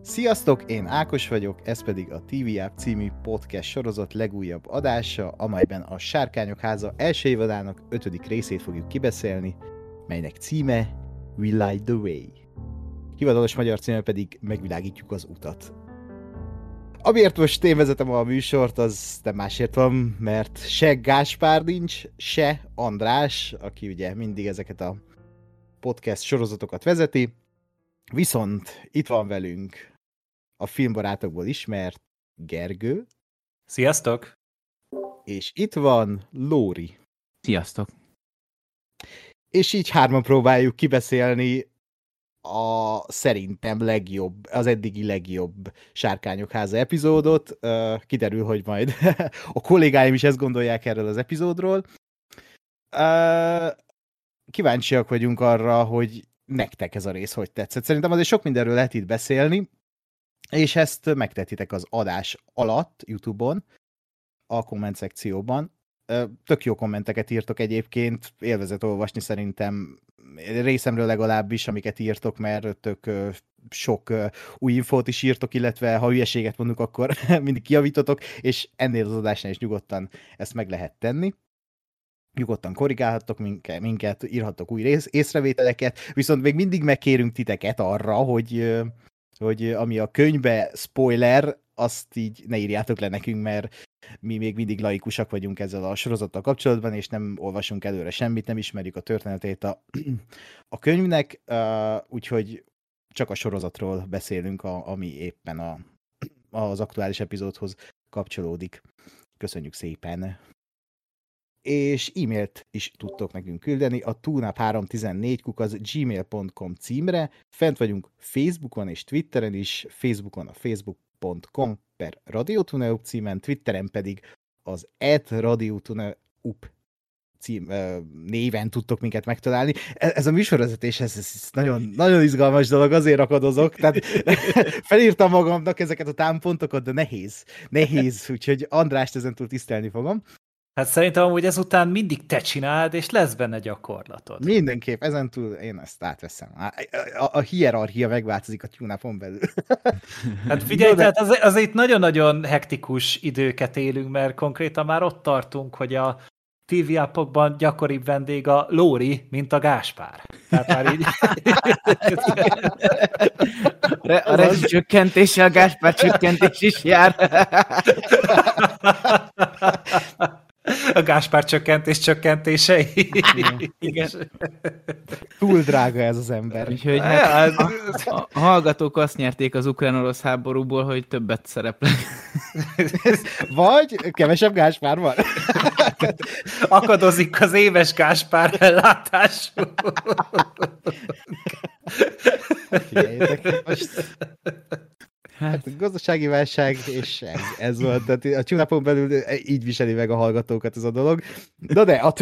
Sziasztok, én Ákos vagyok, ez pedig a TV App című podcast sorozat legújabb adása, amelyben a Sárkányok háza első évadának 5. részét fogjuk kibeszélni, melynek címe We Light the Way. Hivatalos magyar címe pedig Megvilágítjuk az utat. Amiért most én vezetem a műsort, az nem másért van, mert se Gáspár nincs, se András, aki ugye mindig ezeket a podcast sorozatokat vezeti, viszont itt van velünk a filmbarátokból ismert Gergő. Sziasztok! És itt van Lóri. Sziasztok! És így hárman próbáljuk kibeszélni a szerintem legjobb, az eddigi legjobb Sárkányok háza epizódot. Kiderül, hogy majd a kollégáim is ezt gondolják erről az epizódról. Kíváncsiak vagyunk arra, hogy nektek ez a rész hogy tetszett. Szerintem azért sok mindenről lehet itt beszélni, és ezt megtetitek az adás alatt YouTube-on, a komment szekcióban. Tök jó kommenteket írtok egyébként, élvezet olvasni szerintem részemről legalábbis, amiket írtok, mert tök sok új infót is írtok, illetve ha hülyeséget mondunk, akkor mindig kijavítotok, és ennél az adásnál is nyugodtan ezt meg lehet tenni. Nyugodtan korrigálhattok minket, írhattok új észrevételeket, viszont még mindig megkérünk titeket arra, hogy ami a könyvbe spoiler, azt így ne írjátok le nekünk, mert mi még mindig laikusak vagyunk ezzel a sorozattal kapcsolatban, és nem olvasunk előre semmit, nem ismerjük a történetét a könyvnek, úgyhogy csak a sorozatról beszélünk, ami éppen az aktuális epizódhoz kapcsolódik. Köszönjük szépen! És e-mailt is tudtok nekünk küldeni a tunap314@gmail.com címre. Fent vagyunk Facebookon és Twitteren is, Facebookon a facebook.com/radiotuneup címen, Twitteren pedig az @radiotuneup néven tudtok minket megtalálni. Ez a műsorvezetés, ez nagyon, nagyon izgalmas dolog, azért akadozok. Tehát felírtam magamnak ezeket a támpontokat, de nehéz, úgyhogy Andrást ezentúl tisztelni fogom. Hát szerintem amúgy ezután mindig te csináld, és lesz benne gyakorlatod. Mindenképp, ezentúl én ezt átveszem. A hierarchia megváltozik a TuneUp-on belül. Hát figyelj, tehát azért nagyon-nagyon hektikus időket élünk, mert konkrétan már ott tartunk, hogy a TV appokban gyakoribb vendég a Lóri, mint a Gáspár. Tehát már így... A rezsicsökkentéssel a Gáspár csökkentés is jár. A Gáspár csökkentései. Igen. Túl drága ez az ember. Úgyhogy hát a hallgatók azt nyerték az ukrán-orosz háborúból, hogy többet szereplek. Vagy kevesebb Gáspár van. Akadozik az éves Gáspár ellátás. Figyeljétek, most... Hát gazdasági válság, és ez volt. Tehát a TuneUp-on belül így viseli meg a hallgatókat ez a dolog. De a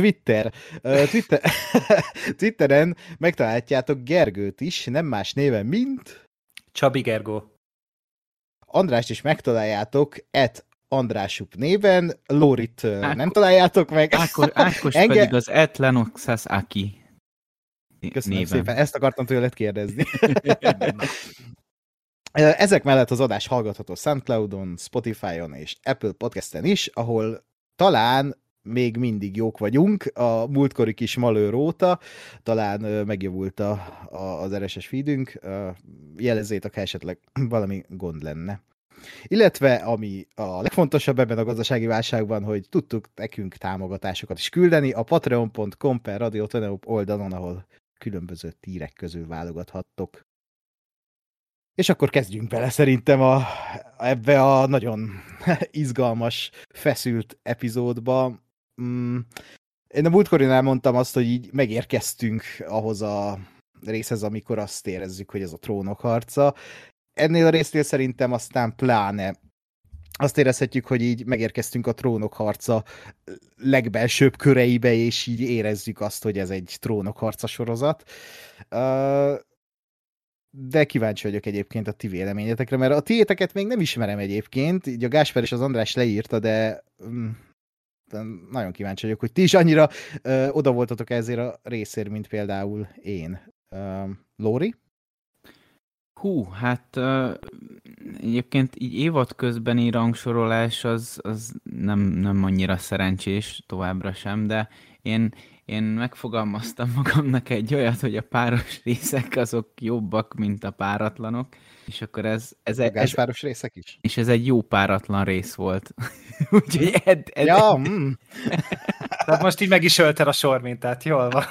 Twitteren megtaláljátok Gergőt is, nem más néven, mint... Csabi Gergó. Andrást is megtaláljátok, @Andrásup néven, Lórit nem találjátok meg. Ákos pedig az @Lenoxas Aki Köszönöm szépen, ezt akartam tőled kérdezni. Ezek mellett az adás hallgatható SoundCloudon, Spotify-on és Apple Podcasten is, ahol talán még mindig jók vagyunk, a múltkori kis malőr óta, talán megjavult az RSS feedünk, jelezzétek, ha esetleg valami gond lenne. Illetve, ami a legfontosabb ebben a gazdasági válságban, hogy tudtuk nekünk támogatásokat is küldeni a patreon.com/radiotuneup oldalon, ahol különböző tírek közül válogathattok. És akkor kezdjünk bele szerintem ebbe a nagyon izgalmas, feszült epizódba. Én a múltkorinál mondtam azt, hogy így megérkeztünk ahhoz a részhez, amikor azt érezzük, hogy ez a trónok harca. Ennél a résznél szerintem aztán pláne azt érezhetjük, hogy így megérkeztünk a trónok harca legbelsőbb köreibe, és így érezzük azt, hogy ez egy trónok harca sorozat. De kíváncsi vagyok egyébként a ti véleményetekre, mert a tiéteket még nem ismerem egyébként, így a Gáspár és az András leírta, de nagyon kíváncsi vagyok, hogy ti is annyira oda voltatok ezért a részért, mint például én. Lóri? Hát egyébként így évad közbeni rangsorolás az nem annyira szerencsés továbbra sem, de én megfogalmaztam magamnak egy olyat, hogy a páros részek azok jobbak, mint a páratlanok, és akkor A gáspáros részek is? és ez egy jó páratlan rész volt. Úgyhogy Tehát most így meg is ölted a sormintát, jól van.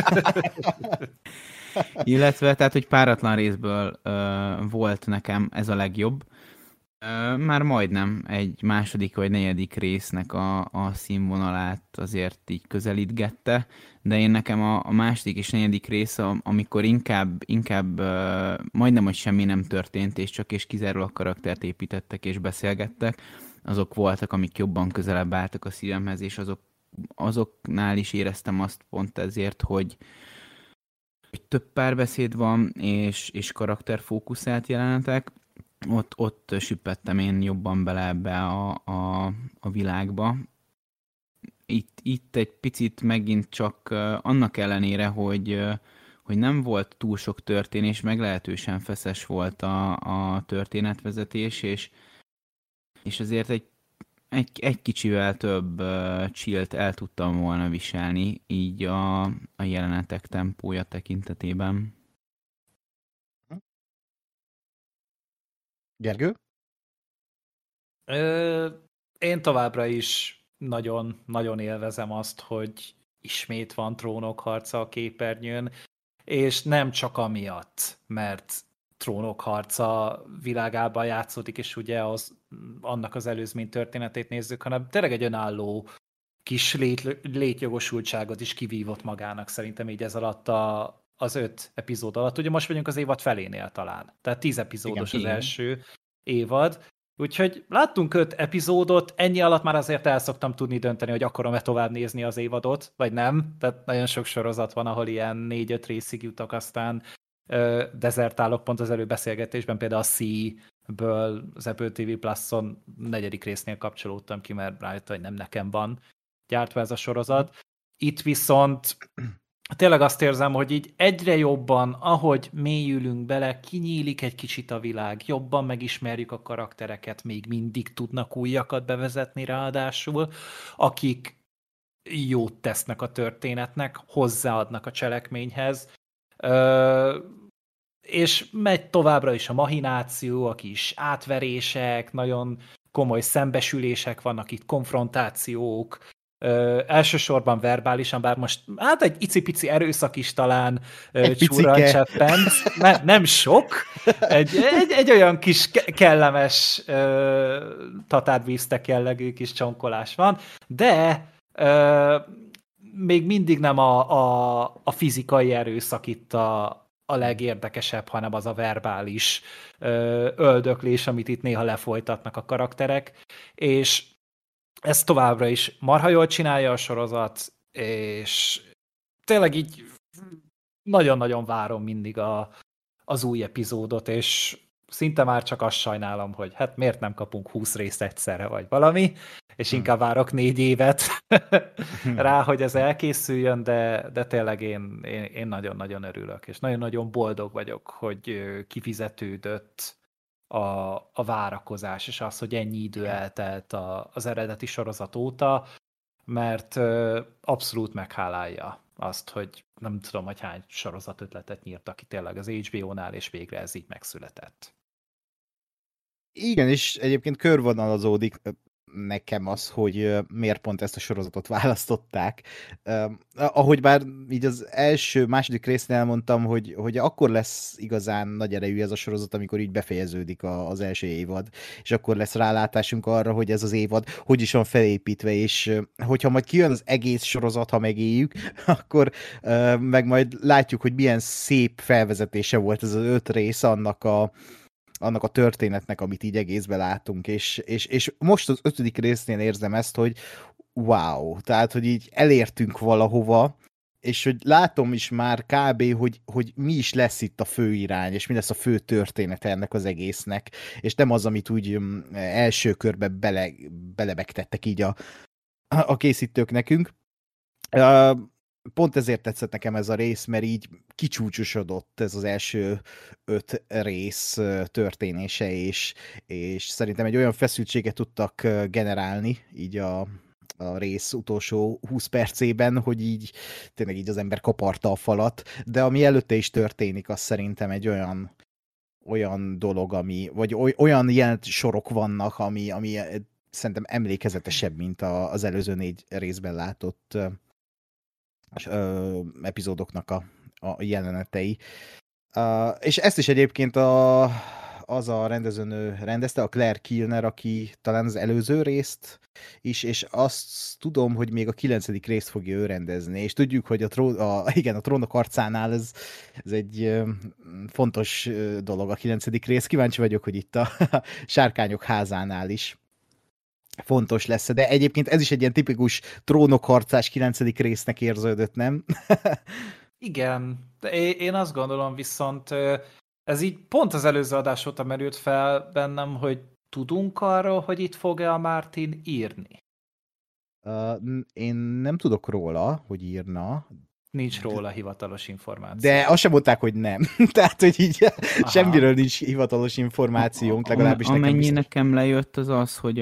Illetve, tehát, hogy páratlan részből volt nekem ez a legjobb. Már majdnem egy második vagy negyedik résznek a színvonalát azért így közelítgette, de én nekem a második és negyedik rész, amikor inkább majdnem, hogy semmi nem történt, és csak és kizárólag karaktert építettek és beszélgettek, azok voltak, amik jobban közelebb álltak a szívemhez, és azoknál is éreztem azt pont ezért, hogy több párbeszéd van, és karakterfókuszált jelenetek, ott süppettem én jobban bele ebbe a világba. Itt egy picit megint csak annak ellenére, hogy nem volt túl sok történés, meglehetősen feszes volt a történetvezetés, és azért egy kicsivel több chillt el tudtam volna viselni, így a jelenetek tempója tekintetében. Gergő? Én továbbra is nagyon, nagyon élvezem azt, hogy ismét van Trónok harca a képernyőn, és nem csak amiatt, mert Trónok harca világában játszódik, és ugye annak az előzmény történetét nézzük, hanem tényleg egy önálló kis létjogosultságot is kivívott magának szerintem így ez alatt az 5 epizód alatt. Ugye most vagyunk az évad felénél talán. Tehát 10 epizódos igen, az első évad. Úgyhogy láttunk 5 epizódot, ennyi alatt már azért el szoktam tudni dönteni, hogy akarom-e tovább nézni az évadot, vagy nem. Tehát nagyon sok sorozat van, ahol ilyen 4-5 részig jutok, aztán dezertálok pont az előbeszélgetésben, például a Sea-ből az Apple TV Plus-on 4. résznél kapcsolódtam ki, mert rájöttem, hogy nem nekem van gyártva ez a sorozat. Itt viszont tényleg azt érzem, hogy így egyre jobban, ahogy mélyülünk bele, kinyílik egy kicsit a világ, jobban megismerjük a karaktereket, még mindig tudnak újakat bevezetni ráadásul, akik jót tesznek a történetnek, hozzáadnak a cselekményhez, és megy továbbra is a mahináció, a kis átverések, nagyon komoly szembesülések vannak itt, konfrontációk, elsősorban verbálisan, bár most hát egy icipici erőszak is talán csúran cseppent, nem sok, egy olyan kis kellemes tatárvíztek jellegű kis csonkolás van, de még mindig nem a fizikai erőszak itt a legérdekesebb, hanem az a verbális öldöklés, amit itt néha lefolytatnak a karakterek, és ez továbbra is marha jól csinálja a sorozat, és tényleg így nagyon-nagyon várom mindig az új epizódot, és szinte már csak azt sajnálom, hogy hát miért nem kapunk 20 részt egyszerre, vagy valami, és inkább várok 4 évet rá, hogy ez elkészüljön, de tényleg én nagyon-nagyon örülök, és nagyon-nagyon boldog vagyok, hogy kifizetődött a várakozás, és az, hogy ennyi idő eltelt az eredeti sorozat óta, mert abszolút meghálálja azt, hogy nem tudom, hogy hány sorozat ötletet nyírtak ki tényleg az HBO-nál, és végre ez így megszületett. Igen, és egyébként körvonalazódik nekem az, hogy miért pont ezt a sorozatot választották. Ahogy már így az második résznél elmondtam, hogy akkor lesz igazán nagy erejű ez a sorozat, amikor így befejeződik az első évad, és akkor lesz rálátásunk arra, hogy ez az évad hogy is van felépítve, és hogyha majd kijön az egész sorozat, ha megéljük, akkor meg majd látjuk, hogy milyen szép felvezetése volt ez az 5 rész annak a történetnek, amit így egészben látunk, és most az 5. résznél érzem ezt, hogy wow, tehát, hogy így elértünk valahova, és hogy látom is már kb., hogy mi is lesz itt a fő irány, és mi lesz a fő története ennek az egésznek, és nem az, amit úgy első körbe belebegtettek így a készítők nekünk. pont ezért tetszett nekem ez a rész, mert így kicsúcsosodott ez az első 5 rész történése, és szerintem egy olyan feszültséget tudtak generálni így a rész utolsó 20 percében, hogy így tényleg így az ember kaparta a falat, de ami előtte is történik, az szerintem egy olyan dolog, vagy olyan jelent sorok vannak, ami szerintem emlékezetesebb, mint az előző 4 részben látott epizódoknak a jelenetei. És ezt is egyébként az a rendezőnő rendezte, a Claire Kilner, aki talán az előző részt is, és azt tudom, hogy még a 9. részt fogja ő rendezni, és tudjuk, hogy a Trónok arcánál ez egy fontos dolog a 9. rész. Kíváncsi vagyok, hogy itt a Sárkányok házánál is fontos lesz, de egyébként ez is egy ilyen tipikus trónokharcás 9. résznek érződött, nem? Igen, de én azt gondolom viszont, ez így pont az előző adás óta merült fel bennem, hogy tudunk arról, hogy itt fog-e a Martin írni? Én nem tudok róla, hogy írna. Nincs róla hivatalos információ. De azt sem mondták, hogy nem. Tehát, hogy így semmiről nincs hivatalos információnk, legalábbis nekem amennyi biztos. nekem lejött, az, hogy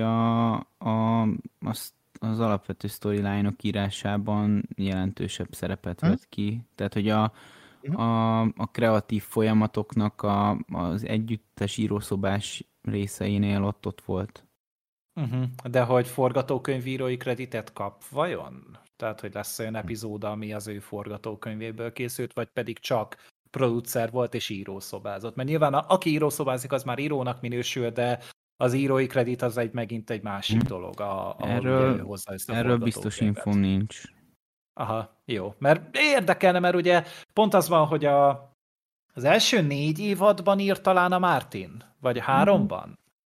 az alapvető storyline-ok írásában jelentősebb szerepet vett ki. Tehát, hogy a kreatív folyamatoknak az együttes írószobás részeinél ott volt. De hogy forgatókönyvírói kreditet kap, vajon? Tehát, hogy lesz olyan epizóda, ami az ő forgatókönyvéből készült, vagy pedig csak producer volt és írószobázott. Mert nyilván aki írószobázik, az már írónak minősül, de az írói kredit az megint egy másik dolog. Erről biztos infóm nincs. Aha, jó. Mert érdekelne, mert ugye pont az van, hogy az első 4 évadban írt talán a Martin, vagy 3-ban?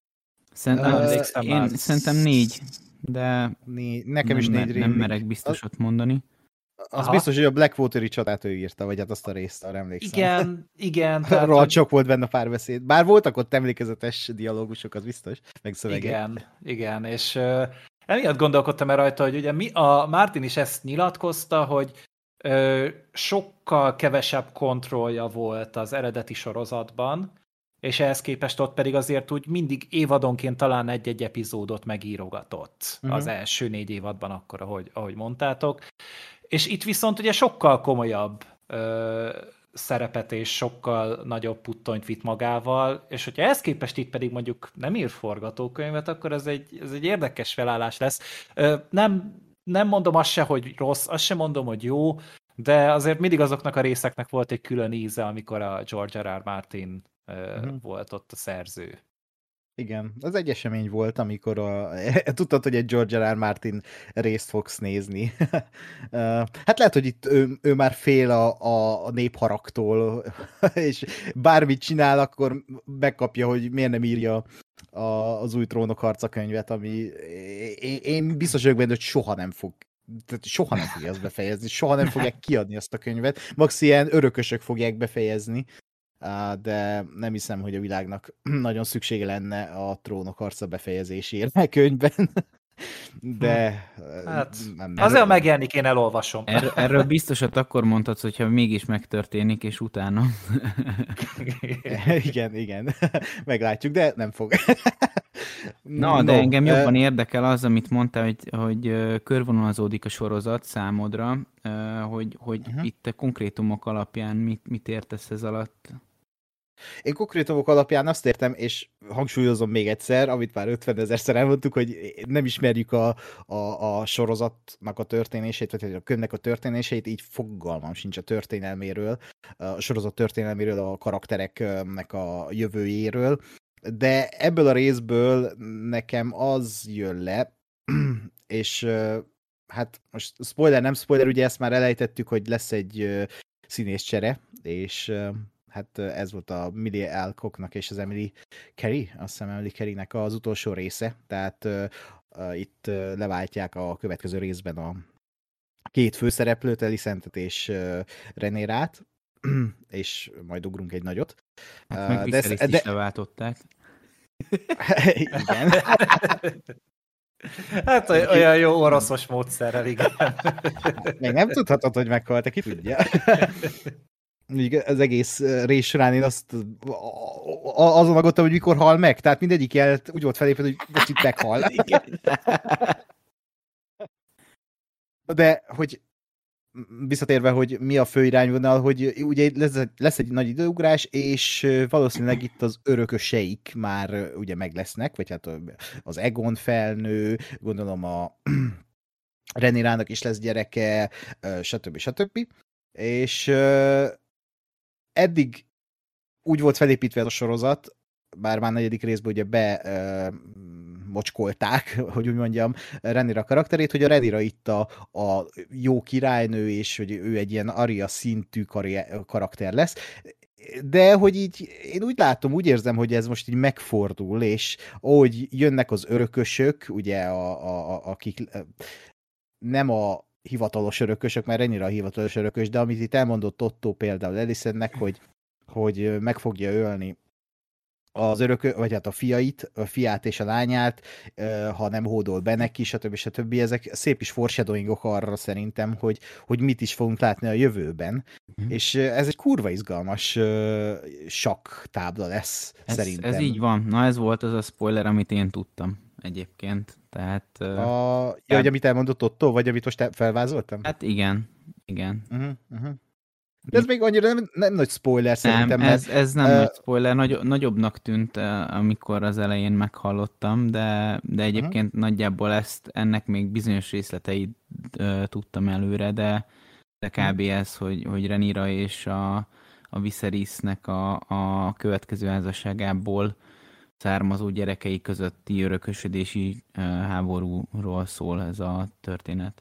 Szerintem 4, de nekem is 4 nem merek biztosat mondani. Az biztos, hogy a Blackwater-i csatát ő írta, vagy hát azt a részt, arra emlékszem. Igen. Rohadt sok volt benne párbeszéd. Bár voltak ott emlékezetes dialógusok, az biztos, meg szövegek. Igen, és emiatt gondolkodtam rajta, hogy ugye a Martin is ezt nyilatkozta, hogy sokkal kevesebb kontrollja volt az eredeti sorozatban, és ehhez képest ott pedig azért úgy mindig évadonként talán egy-egy epizódot megírogatott az első 4 évadban akkor, ahogy mondtátok. És itt viszont ugye sokkal komolyabb szerepet és sokkal nagyobb puttonyt vitt magával, és hogyha ehhez képest itt pedig mondjuk nem ír forgatókönyvet, akkor ez egy érdekes felállás lesz. Nem mondom azt se, hogy rossz, azt sem mondom, hogy jó, de azért mindig azoknak a részeknek volt egy külön íze, amikor a George R.R. Martin volt ott a szerző. Igen, az egy esemény volt, amikor tudtad, hogy egy George R.R. Martin részt fogsz nézni. Hát lehet, hogy itt ő már fél a népharagtól, és bármit csinál, akkor megkapja, hogy miért nem írja az új Trónok harca könyvet, ami én biztos vagyok benne, hogy soha nem fogja azt befejezni, soha nem fogják kiadni azt a könyvet, max ilyen örökösök fogják befejezni. De nem hiszem, hogy a világnak nagyon szüksége lenne a Trónok harca befejezésére a könyvben. De hát, azért megjelenik, én elolvasom. Erről biztosat akkor mondhatsz, hogyha mégis megtörténik, és utána. Igen. Meglátjuk, de nem fog. De engem jobban érdekel az, amit mondtál, hogy körvonalazódik a sorozat számodra, hogy itt a konkrétumok alapján mit értesz ez alatt? Én konkrétumok alapján azt értem, és hangsúlyozom még egyszer, amit már 50 000-szer elmondtuk, hogy nem ismerjük a sorozatnak a történését, vagy a könyvnek a történését, így fogalmam sincs a történelméről, a sorozat történelméről, a karaktereknek a jövőjéről, de ebből a részből nekem az jön le, és hát most spoiler, nem spoiler, ugye ezt már elejtettük, hogy lesz egy színészcsere, és hát ez volt a Millie Alcocknak és az Emily Carey, azt hiszem Emily Careynek az utolsó része, tehát itt leváltják a következő részben a 2 főszereplőt, Alicent-et és Rhaenyrát, és majd ugrunk egy nagyot. Hát meg is leváltották. Igen. Hát olyan jó oroszos módszerrel, igen. Még nem tudhatod, hogy meghalt, ki tudja. Még az egész rész során én azon aggódtam, hogy mikor hal meg. Tehát mindegyik jelt úgy volt felépítve, hogy most itt meghal. De hogy visszatérve, hogy mi a fő irányvonal, hogy ugye lesz egy nagy időugrás, és valószínűleg itt az örököseik már ugye meg lesznek, vagy hát az Egon felnő, gondolom a Rhaenyrának is lesz gyereke, stb. És eddig úgy volt felépítve ez a sorozat, bár már 4. részben ugye mocskolták, hogy úgy mondjam, Rhaenyra karakterét, hogy a Rhaenyra itt a jó királynő, és hogy ő egy ilyen Arya szintű karakter lesz. De hogy így, én úgy látom, úgy érzem, hogy ez most így megfordul, és ahogy jönnek az örökösök, ugye akik nem a hivatalos örökösök, mert ennyire a hivatalos örökös, de amit itt elmondott Otto például Alicentnek, hogy meg fogja ölni az vagy hát a fiát és a lányát, ha nem hódol be neki, stb. Ezek szép is foreshadowingok arra szerintem, hogy mit is fogunk látni a jövőben. És ez egy kurva izgalmas saktábla lesz, szerintem. Ez így van. Na ez volt az a spoiler, amit én tudtam egyébként. Tehát... hogy amit elmondott Otto, vagy amit most felvázoltam? Hát igen. De ez még annyira nem nagy spoiler szerintem. Nem, ez nem nagy spoiler, nagyobbnak tűnt, amikor az elején meghallottam, de egyébként nagyjából ennek még bizonyos részleteit tudtam előre, de kb. Ez, hogy Rhaenyra és a Viserysnek a következő házasságából származó gyerekei közötti örökösödési háborúról szól ez a történet.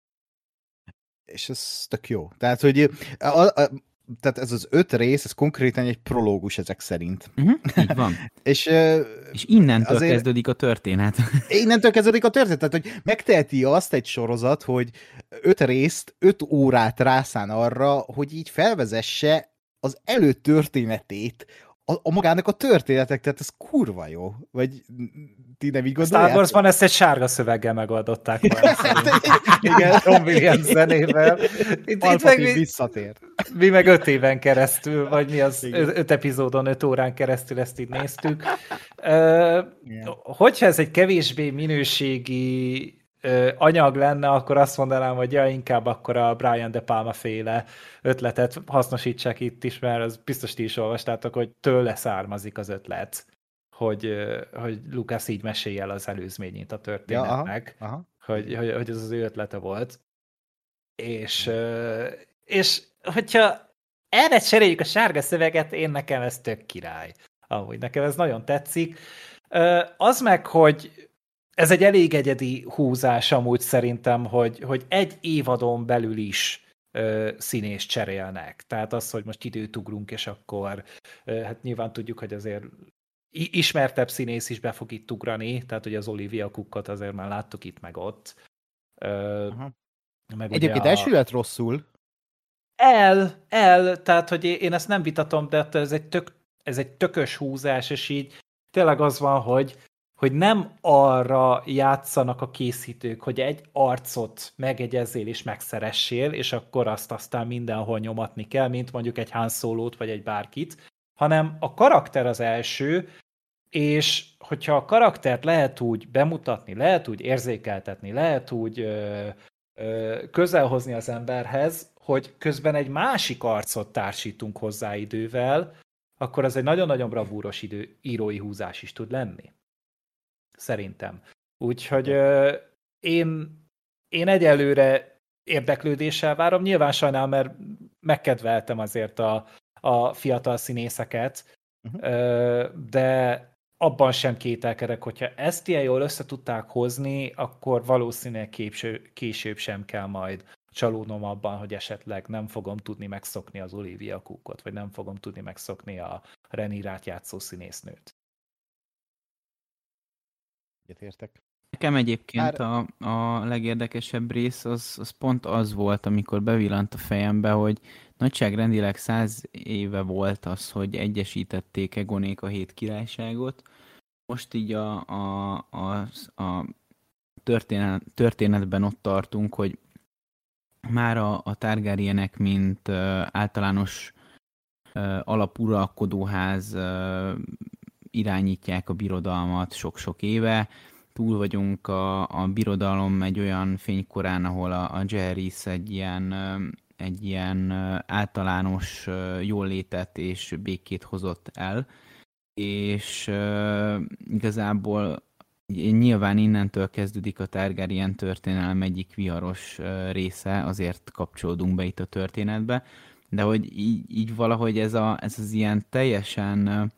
És ez tök jó. Tehát, hogy tehát ez az 5 rész, ez konkrétan egy prológus ezek szerint. Így van. és innentől kezdődik a történet. Innentől kezdődik a történet, tehát, hogy megteheti azt egy sorozat, hogy 5 részt, 5 órát rászán arra, hogy így felvezesse az előtörténetét a magának a történetek, tehát ez kurva jó. Vagy ti nem így gondoljátok? Star Warsban ezt egy sárga szöveggel megoldották volna. Igen, Tom Williams zenével. Itt meg visszatér. Mi meg 5 éven keresztül, vagy mi az 5 epizódon, 5 órán keresztül ezt így néztük. Hogyha ez egy kevésbé minőségi anyag lenne, akkor azt mondanám, hogy inkább akkor a Brian De Palma féle ötletet hasznosítsák itt is, mert az biztos ti is olvastátok, hogy tőle származik az ötlet, hogy Lucas így mesélje el az előzményét a történetnek, hogy ez az ő ötlete volt. És hogyha erre cseréljük a sárga szöveget, nekem ez tök király. Ahogy nekem ez nagyon tetszik. Az meg, hogy ez egy elég egyedi húzás amúgy szerintem, hogy egy évadon belül is színés cserélnek. Tehát az, hogy most időt ugrunk, és akkor hát nyilván tudjuk, hogy azért ismertebb színész is be fog itt ugrani, tehát hogy az Olivia Cookot azért már láttuk itt meg ott. Meg egyébként elsüllyedt rosszul. Tehát hogy én ezt nem vitatom, de ez egy tökös húzás, és így tényleg az van, hogy nem arra játszanak a készítők, hogy egy arcot megegyezzél és megszeressél, és akkor azt aztán mindenhol nyomatni kell, mint mondjuk egy Han Solót vagy egy bárkit, hanem a karakter az első, és hogyha a karaktert lehet úgy bemutatni, lehet úgy érzékeltetni, lehet úgy közelhozni az emberhez, hogy közben egy másik arcot társítunk hozzá idővel, akkor az egy nagyon-nagyon bravúros írói húzás is tud lenni. Szerintem. Úgyhogy én egyelőre érdeklődéssel várom. Nyilván sajnálom, mert megkedveltem azért a fiatal színészeket, de abban sem kételkedek, hogyha ezt ilyen jól össze tudták hozni, akkor valószínűleg később sem kell majd csalódnom abban, hogy esetleg nem fogom tudni megszokni az Olivia Cookot, vagy nem fogom tudni megszokni a Rhaenyrát játszó színésznőt. Értek. Nekem egyébként a legérdekesebb rész az pont az volt, amikor bevillant a fejembe, hogy nagyságrendileg 100 éve volt az, hogy egyesítették Egonék a 7 királyságot. Most így a történetben ott tartunk, hogy már a Targaryenek, mint általános alapuralkodóház irányítják a birodalmat sok-sok éve. Túl vagyunk a birodalom egy olyan fénykorán, ahol a Jaehaerys egy ilyen általános jólétet és békét hozott el, és igazából nyilván innentől kezdődik a Targaryen történelem egyik viharos része, azért kapcsolódunk be itt a történetbe, de hogy így valahogy ez az ilyen teljesen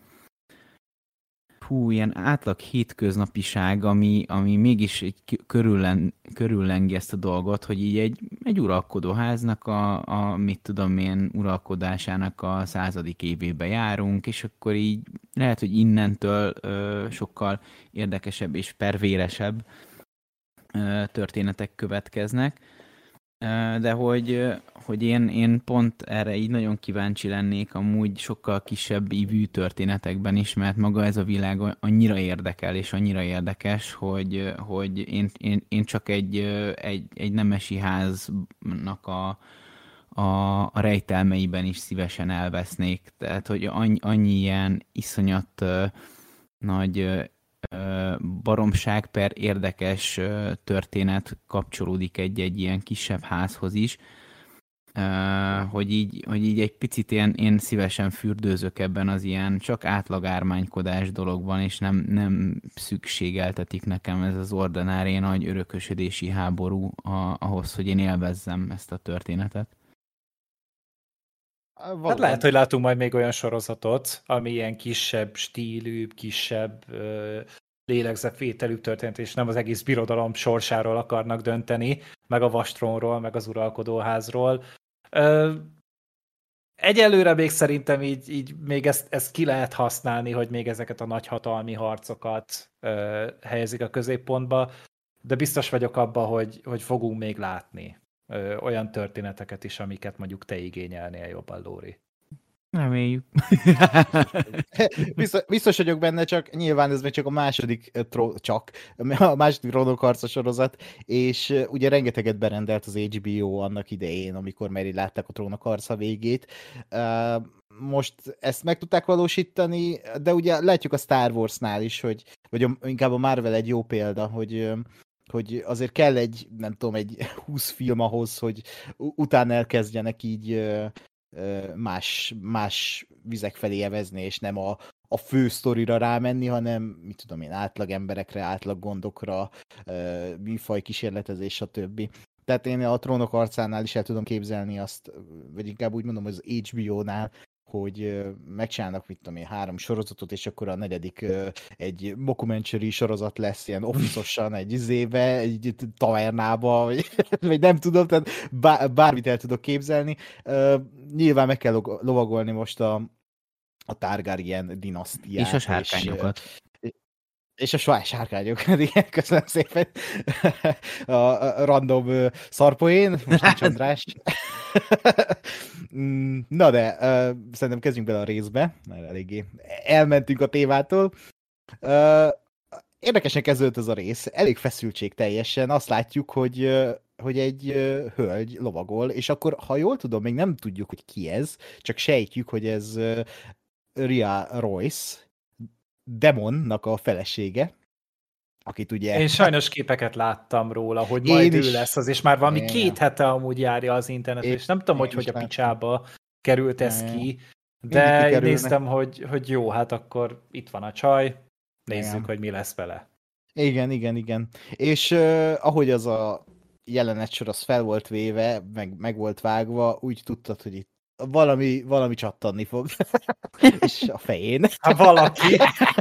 ilyen átlag hétköznapiság, ami mégis körüllengi ezt a dolgot, hogy így egy uralkodóháznak a mit tudom én, uralkodásának a 100. évébe járunk, és akkor így lehet, hogy innentől sokkal érdekesebb és pervéresebb történetek következnek. De hogy én pont erre így nagyon kíváncsi lennék amúgy sokkal kisebb ívű történetekben is, mert maga ez a világ annyira érdekel és annyira érdekes, hogy én csak egy nemesi háznak a rejtelmeiben is szívesen elvesznék. Tehát, hogy annyi ilyen iszonyat nagy baromság per érdekes történet kapcsolódik egy ilyen kisebb házhoz is, hogy így egy picit én szívesen fürdőzök ebben az ilyen csak átlagármánykodás dologban, és nem szükségeltetik nekem ez az ordinári nagy örökösödési háború ahhoz, hogy én élvezzem ezt a történetet. Hát lehet, hogy látunk majd még olyan sorozatot, ami ilyen kisebb stílű, kisebb lélegzetvételű történet, és nem az egész birodalom sorsáról akarnak dönteni, meg a vastrónról, meg az uralkodóházról. Egyelőre még szerintem így még ezt ki lehet használni, hogy még ezeket a nagyhatalmi harcokat helyezik a középpontba, de biztos vagyok abban, hogy fogunk még látni olyan történeteket is, amiket mondjuk te igényelnél jobban, Lóri. Reméljük. Biztos vagyok benne, csak nyilván ez még csak a második Trónok sorozat, és ugye rengeteget berendelt az HBO annak idején, amikor már így látták a Trónok harca végét. Most ezt meg tudták valósítani, de ugye látjuk a Star Warsnál is, vagy inkább a Marvel egy jó példa, hogy azért kell egy 20 film ahhoz, hogy utána elkezdjenek így más vizek felé evezni, és nem a fő sztorira rámenni, hanem, mit tudom én, átlag emberekre, átlag gondokra, műfaj kísérletezés, stb. Tehát én a Trónok harcánál is el tudom képzelni azt, vagy inkább úgy mondom, hogy az HBO-nál, hogy megcsinálnak, mit tudom én, 3 sorozatot, és akkor a 4. egy mockumentary sorozat lesz, ilyen office-osan egy tavernába, vagy nem tudom, tehát bármit el tudok képzelni. Nyilván meg kell lovagolni most a Targaryen dinasztiát. És a sárkányokat. És a sárkányokat, igen, köszönöm szépen. A random szarpoén, most nincs András. Na de, szerintem kezdjünk bele a részbe, mert eléggé elmentünk a témától. Érdekesen kezdődött ez a rész, elég feszültség teljesen, azt látjuk, hogy egy hölgy lovagol, és akkor, ha jól tudom, még nem tudjuk, hogy ki ez, csak sejtjük, hogy ez Rhea Royce, Daemonnak a felesége, akit ugye... Én sajnos képeket láttam róla, hogy majd ő lesz az, és már valami 2 hete amúgy járja az internetet, és nem tudom, hogy a picsába került ez ki, de én néztem, hogy jó, hát akkor itt van a csaj, nézzük, hogy mi lesz vele. Igen. És ahogy az a jelenet az fel volt véve, meg volt vágva, úgy tudtad, hogy itt valami csattanni fog. És a fején. Hát valaki.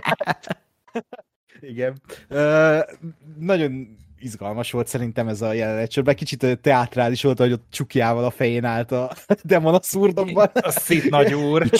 Igen. Nagyon izgalmas volt szerintem ez a jelenet, mert kicsit teátrális volt, hogy ott csukjával a fején állt a Demon a szurdokban. A szit nagy úr.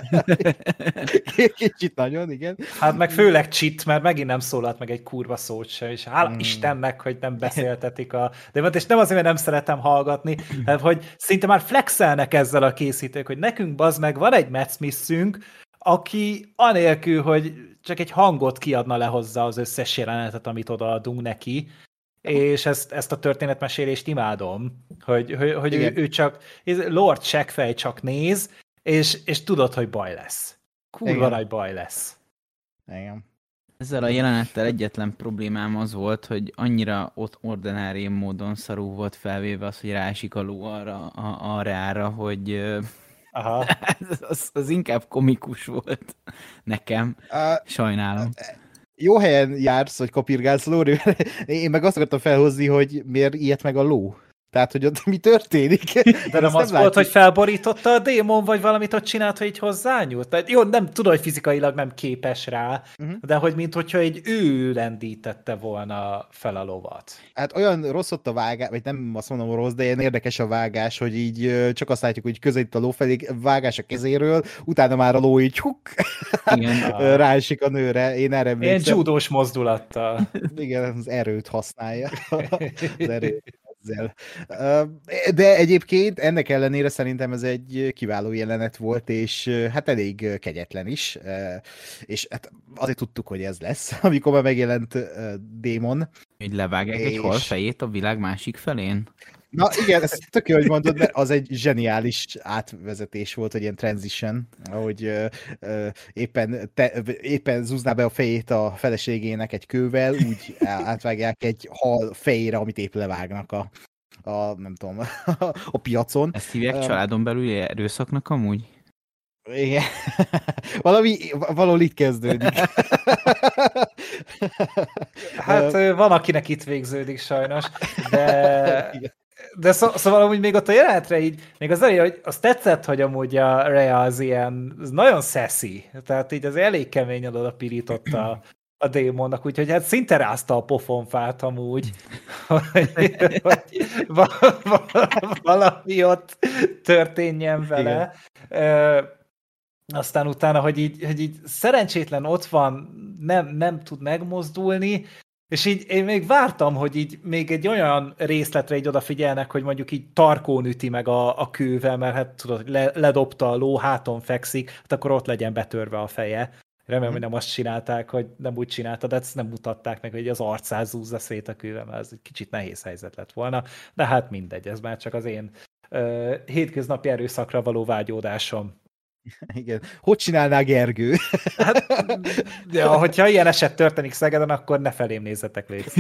Kicsit nagyon, igen. Hát meg főleg csit, mert megint nem szólalt meg egy kurva szót se, és hála Istennek, hogy nem beszéltetik de és nem azért, mert nem szeretem hallgatni, hanem hogy szinte már flexelnek ezzel a készítők, hogy nekünk bazd meg van egy Matt Smith-ünk, aki anélkül, hogy csak egy hangot kiadna le hozzá az összes jelenetet, amit odaadunk neki, és ezt a történetmesélést imádom, hogy ő csak Lord Seggfej csak néz, és tudod, hogy baj lesz. Kurva nagy baj lesz. Igen. Ezzel a jelenettel egyetlen problémám az volt, hogy annyira ott ordinári módon szarú volt felvéve az, hogy ráesik a ló arra, hogy Aha. az inkább komikus volt nekem. Sajnálom. Jó helyen jársz, hogy kopirgálsz, Lóri, én meg azt akartam felhozni, hogy miért ilyet meg a ló. Tehát, hogy ott mi történik. De nem az volt, hogy felborította a démon, vagy valamit ott csinált, hogy így hozzányúlt? Tehát jó, nem tudom, hogy fizikailag nem képes rá, de hogy minthogyha egy ő lendítette volna fel a lovat. Hát olyan rossz ott a vágás, vagy nem azt mondom rossz, de ilyen érdekes a vágás, hogy így csak azt látjuk, hogy közelít a ló felé, vágás a kezéről, utána már a ló így ráesik a nőre. Én erre emlékszem. Ilyen judós mozdulattal. Igen, az erőt használja. Az erőt. De egyébként ennek ellenére szerintem ez egy kiváló jelenet volt, és hát elég kegyetlen is, és hát azért tudtuk, hogy ez lesz, amikor már megjelent Démon. Hogy levágják egy hal fejét a világ másik felén? Na igen, ezt tök jó, hogy mondod, mert az egy zseniális átvezetés volt, egy ilyen transition, ahogy éppen zúzná be a fejét a feleségének egy kővel, úgy átvágják egy hal fejére, amit épp levágnak nem tudom, a piacon. Ezt hívják családon belüli erőszaknak amúgy? Igen. Valahol itt kezdődik. Hát van, akinek itt végződik sajnos, de szóval amúgy még ott a jelenetre így, még az elég, hogy az tetszett, hogy amúgy a Rhea az ilyen, az nagyon sassy, tehát így az elég kemény oda pirította a démonnak, úgyhogy hát szinte rázta a pofonfát amúgy, hogy valami ott történjen vele. Aztán utána, hogy így szerencsétlen ott van, nem tud megmozdulni, és így én még vártam, hogy így még egy olyan részletre így odafigyelnek, hogy mondjuk így tarkón üti meg a kővel, mert hát tudod, hogy ledobta a ló, háton fekszik, hát akkor ott legyen betörve a feje. Remélem, hogy nem azt csinálták, hogy nem úgy csináltad, de ezt nem mutatták meg, hogy az arcát zúzza szét a kővel, mert ez egy kicsit nehéz helyzet lett volna. De hát mindegy, ez már csak az én hétköznapi erőszakra való vágyódásom. Igen. Hogy csinálná Gergő? Hát, ja, hogyha ilyen eset történik Szegeden, akkor ne felém nézzetek, légy.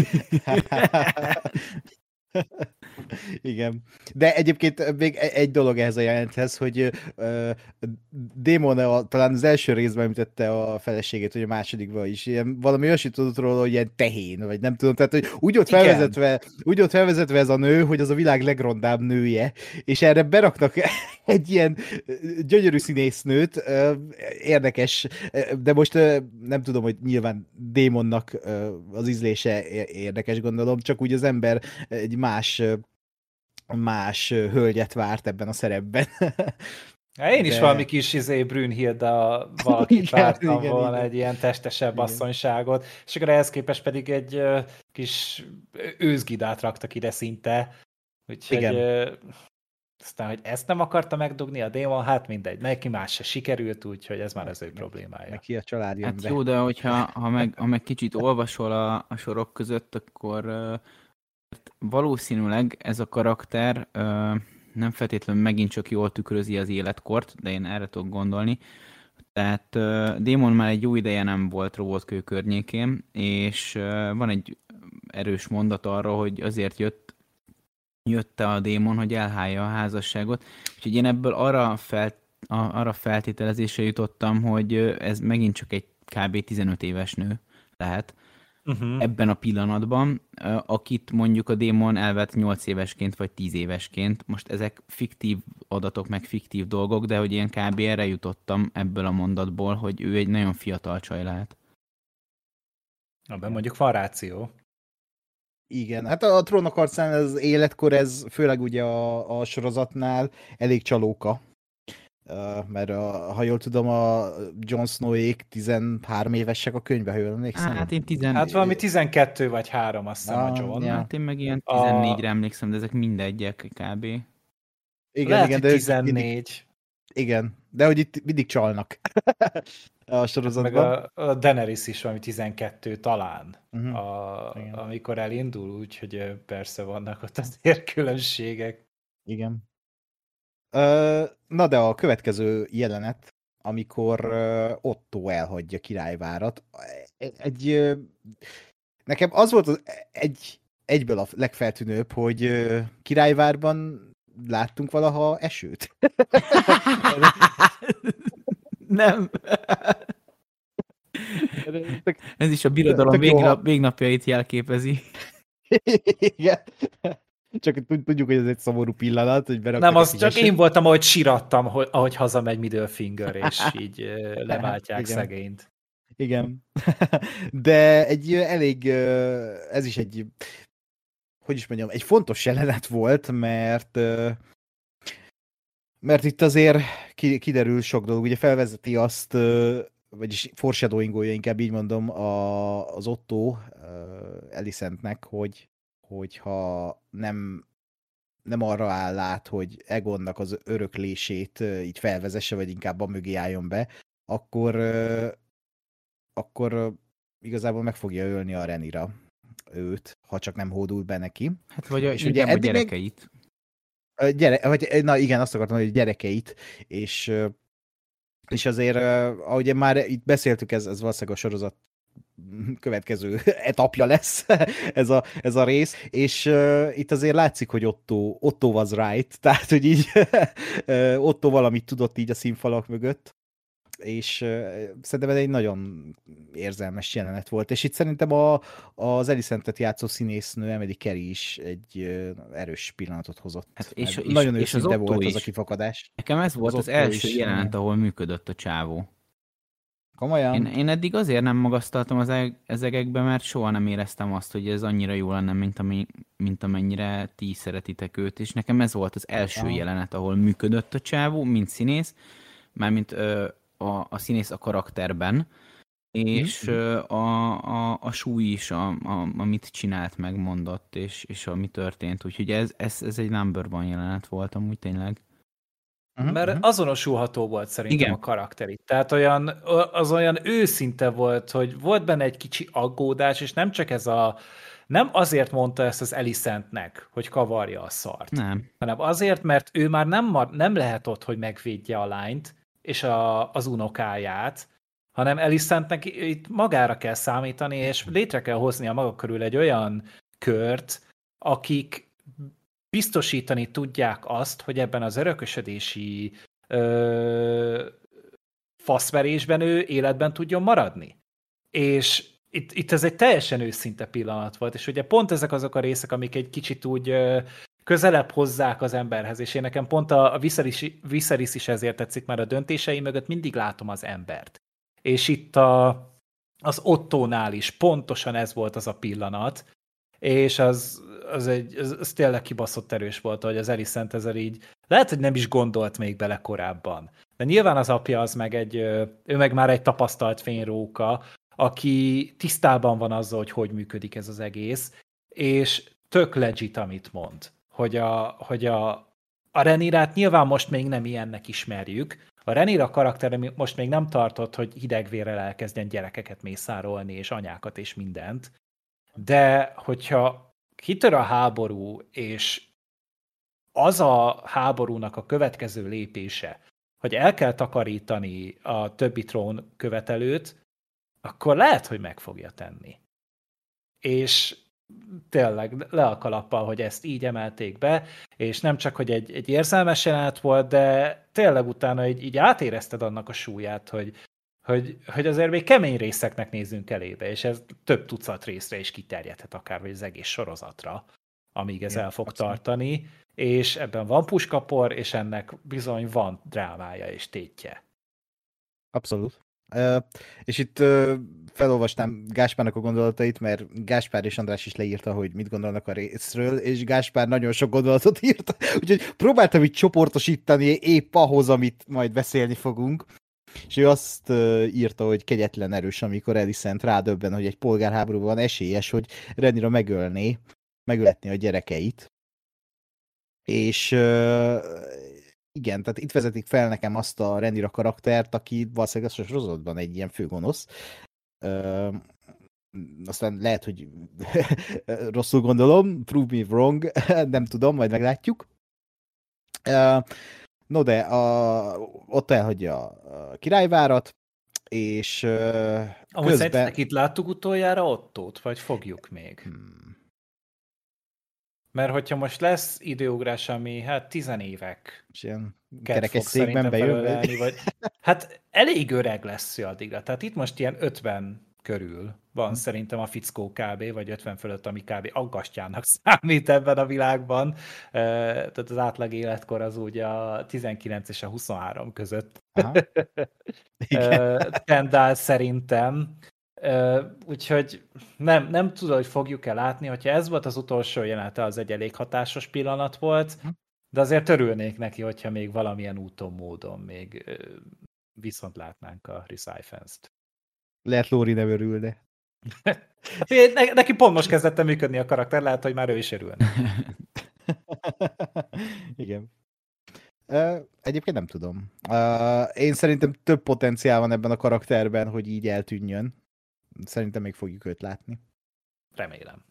Igen. De egyébként még egy dolog ehhez a jelenthez, hogy Démon talán az első részben említette a feleségét, hogy a másodikban is ilyen, valami olyasmit tudott róla, hogy ilyen tehén, vagy nem tudom, tehát hogy úgy ott felvezetve ez a nő, hogy az a világ legrondább nője, és erre beraknak egy ilyen gyönyörű színésznőt, érdekes, de most nem tudom, hogy nyilván Démonnak az ízlése érdekes, gondolom, csak úgy az ember egy más hölgyet várt ebben a szerepben. Én is valami kis Brünnhilde valakit vártam volna, egy ilyen testesebb asszonyságot, és akkor ehhez képest pedig egy kis őzgidát raktak ide szinte. Úgyhogy aztán, hogy ezt nem akarta megdugni a démon, hát mindegy, neki más se sikerült, úgyhogy ez már az ő problémája. Neki a család jön hát be. Jó, de ha meg kicsit olvasol a sorok között, akkor valószínűleg ez a karakter nem feltétlenül megint csak jól tükrözi az életkort, de én erre tudok gondolni. Tehát Démon már egy jó ideje nem volt robotkő környékén, és van egy erős mondat arra, hogy azért jött a démon, hogy elhálja a házasságot. Úgyhogy én ebből arra feltételezésre jutottam, hogy ez megint csak egy kb. 15 éves nő lehet. Ebben a pillanatban, akit mondjuk a démon elvett 8 évesként vagy 10 évesként. Most ezek fiktív adatok, meg fiktív dolgok, de hogy én kb. Erre jutottam ebből a mondatból, hogy ő egy nagyon fiatal csaj lehet. Abban mondjuk van ráció. Igen, hát a Trónok harcán az életkor, ez főleg ugye a sorozatnál elég csalóka. Mert ha jól tudom, a Jon Snow-ék 13 évesek a könyvbe, ha jól emlékszem. Hát valami 12 vagy 3, azt hiszem a Jon. Ja. Hát én meg ilyen 14-re emlékszem, de ezek mindegyek kb. Igen, lehet, igen, de 14. Igen, de hogy itt mindig csalnak a sorozatban. Meg a Daenerys is valami 12 talán, Igen. amikor elindul, úgyhogy persze vannak ott azért különbségek. Igen. Na de a következő jelenet, amikor Otto elhagyja Királyvárat, nekem az volt egyből a legfeltűnőbb, hogy Királyvárban láttunk valaha esőt. Nem. Ez is a birodalom végnapjait jelképezi. Igen. Csak tudjuk, hogy ez egy szomorú pillanat, hogy nem, az csak én voltam, ahogy sirattam, ahogy hazamegy Middlefinger, és így leváltják igen. szegényt. Igen. De egy elég, ez is egy, hogy is mondjam, egy fontos jelenet volt, mert itt azért kiderül sok dolog, ugye felvezeti azt, vagyis foreshadowingolja, inkább így mondom, az Otto Alicentnek, hogyha nem arra áll át, hogy Egonnak az öröklését így felvezesse, vagy inkább a mögé álljon be, akkor igazából meg fogja ölni a Rhaenyra őt, ha csak nem hódul be neki. Hát vagy és ugye a gyerekeit. Na igen, azt akartam, hogy gyerekeit, és azért, ahogy már itt beszéltük, ez valószínűleg a sorozat következő etapja lesz ez a rész, és itt azért látszik, hogy Otto was right, tehát, hogy így Otto valamit tudott így a színfalak mögött, és szerintem ez egy nagyon érzelmes jelenet volt, és itt szerintem az Alicent-et játszó színésznő Emily Carey is egy erős pillanatot hozott. Hát és nagyon őszinte volt az a kifakadás. Nekem ez volt az első jelenet, ahol működött a csávó. Komolyan? Én eddig azért nem magasztaltam az ezekbe, mert soha nem éreztem azt, hogy ez annyira jó lenne, mint amennyire ti szeretitek őt, és nekem ez volt az első jelenet, ahol működött a csávó, mint színész, mármint a színész a karakterben, és a súly is, amit csinált, megmondott, és ami történt. Úgyhogy ez egy number one jelenet volt amúgy tényleg. Mert azonosulható volt szerintem a karakter itt. Tehát az olyan őszinte volt, hogy volt benne egy kicsi aggódás, és nem csak nem azért mondta ezt az Alicentnek, hogy kavarja a szart. Nem. Hanem azért, mert ő már nem lehet ott, hogy megvédje a lányt, és az unokáját, hanem Alicentnek itt magára kell számítani, és létre kell hozni a maga körül egy olyan kört, akik biztosítani tudják azt, hogy ebben az örökösödési faszverésben ő életben tudjon maradni. És itt ez egy teljesen őszinte pillanat volt, és ugye pont ezek azok a részek, amik egy kicsit úgy közelebb hozzák az emberhez, és én nekem pont a Viserys is ezért tetszik, mert a döntései mögött mindig látom az embert. És itt az Ottónál is pontosan ez volt az a pillanat, és az tényleg kibaszott erős volt, hogy az Alicent ezzel így, lehet, hogy nem is gondolt még bele korábban. De nyilván az apja az meg ő meg már egy tapasztalt fényróka, aki tisztában van azzal, hogy működik ez az egész, és tök legit, amit mond. Hogy a Rhaenyrát nyilván most még nem ilyennek ismerjük, a Rhaenyra karakter most még nem tartott, hogy hidegvérrel elkezdjen gyerekeket mészárolni, és anyákat, és mindent, de hogyha kitör a háború, és az a háborúnak a következő lépése, hogy el kell takarítani a többi trón követelőt, akkor lehet, hogy meg fogja tenni. És tényleg le a kalappal, hogy ezt így emelték be, és nem csak, hogy egy érzelmes jelenet volt, de tényleg utána így átérezted annak a súlyát, hogy azért még kemény részeknek nézünk elébe, és ez több tucat részre is kiterjedhet akár, vagy az egész sorozatra, amíg ez el fog tartani, és ebben van puskapor, és ennek bizony van drámája és tétje. Abszolút. És itt felolvastam Gáspárnak a gondolatait, mert Gáspár és András is leírta, hogy mit gondolnak a részről, és Gáspár nagyon sok gondolatot írt, úgyhogy próbáltam így csoportosítani épp ahhoz, amit majd beszélni fogunk. És ő azt írta, hogy kegyetlen erős, amikor Alicent rádöbben, hogy egy polgárháborúban esélyes, hogy Rhaenyra megölhetné a gyerekeit. És igen, tehát itt vezetik fel nekem azt a Rhaenyra karaktert, aki valószínűleg a sorozatban egy ilyen főgonosz. Aztán lehet, hogy rosszul gondolom, prove me wrong, nem tudom, majd meglátjuk. No de ott elhagyja a királyvárat, és Amúgy szerintetek itt láttuk utoljára Ottót, vagy fogjuk még? Mert hogyha most lesz időugrás, ami hát 10 évek és ilyen kerekes székben bejön, vagy hát elég öreg lesz ő addigra. Tehát itt most ilyen 50 körül van szerintem a fickó kb. Vagy 50 fölött, ami kb. Aggasztjának számít ebben a világban. Tehát az átlag életkor az ugye a 19 és a 23 között tendál szerintem. Úgyhogy nem tudom, hogy fogjuk-e látni, hogyha ez volt az utolsó jelenete, az egy elég hatásos pillanat volt, de azért örülnék neki, hogyha még valamilyen úton, módon még viszont látnánk a Rhys-Ifans-t. Lehet Lóri nem örül, de... Neki pont most kezdett működni a karakter, lehet, hogy már ő is örülne. Igen. Egyébként nem tudom. Én szerintem több potenciál van ebben a karakterben, hogy így eltűnjön. Szerintem még fogjuk őt látni. Remélem.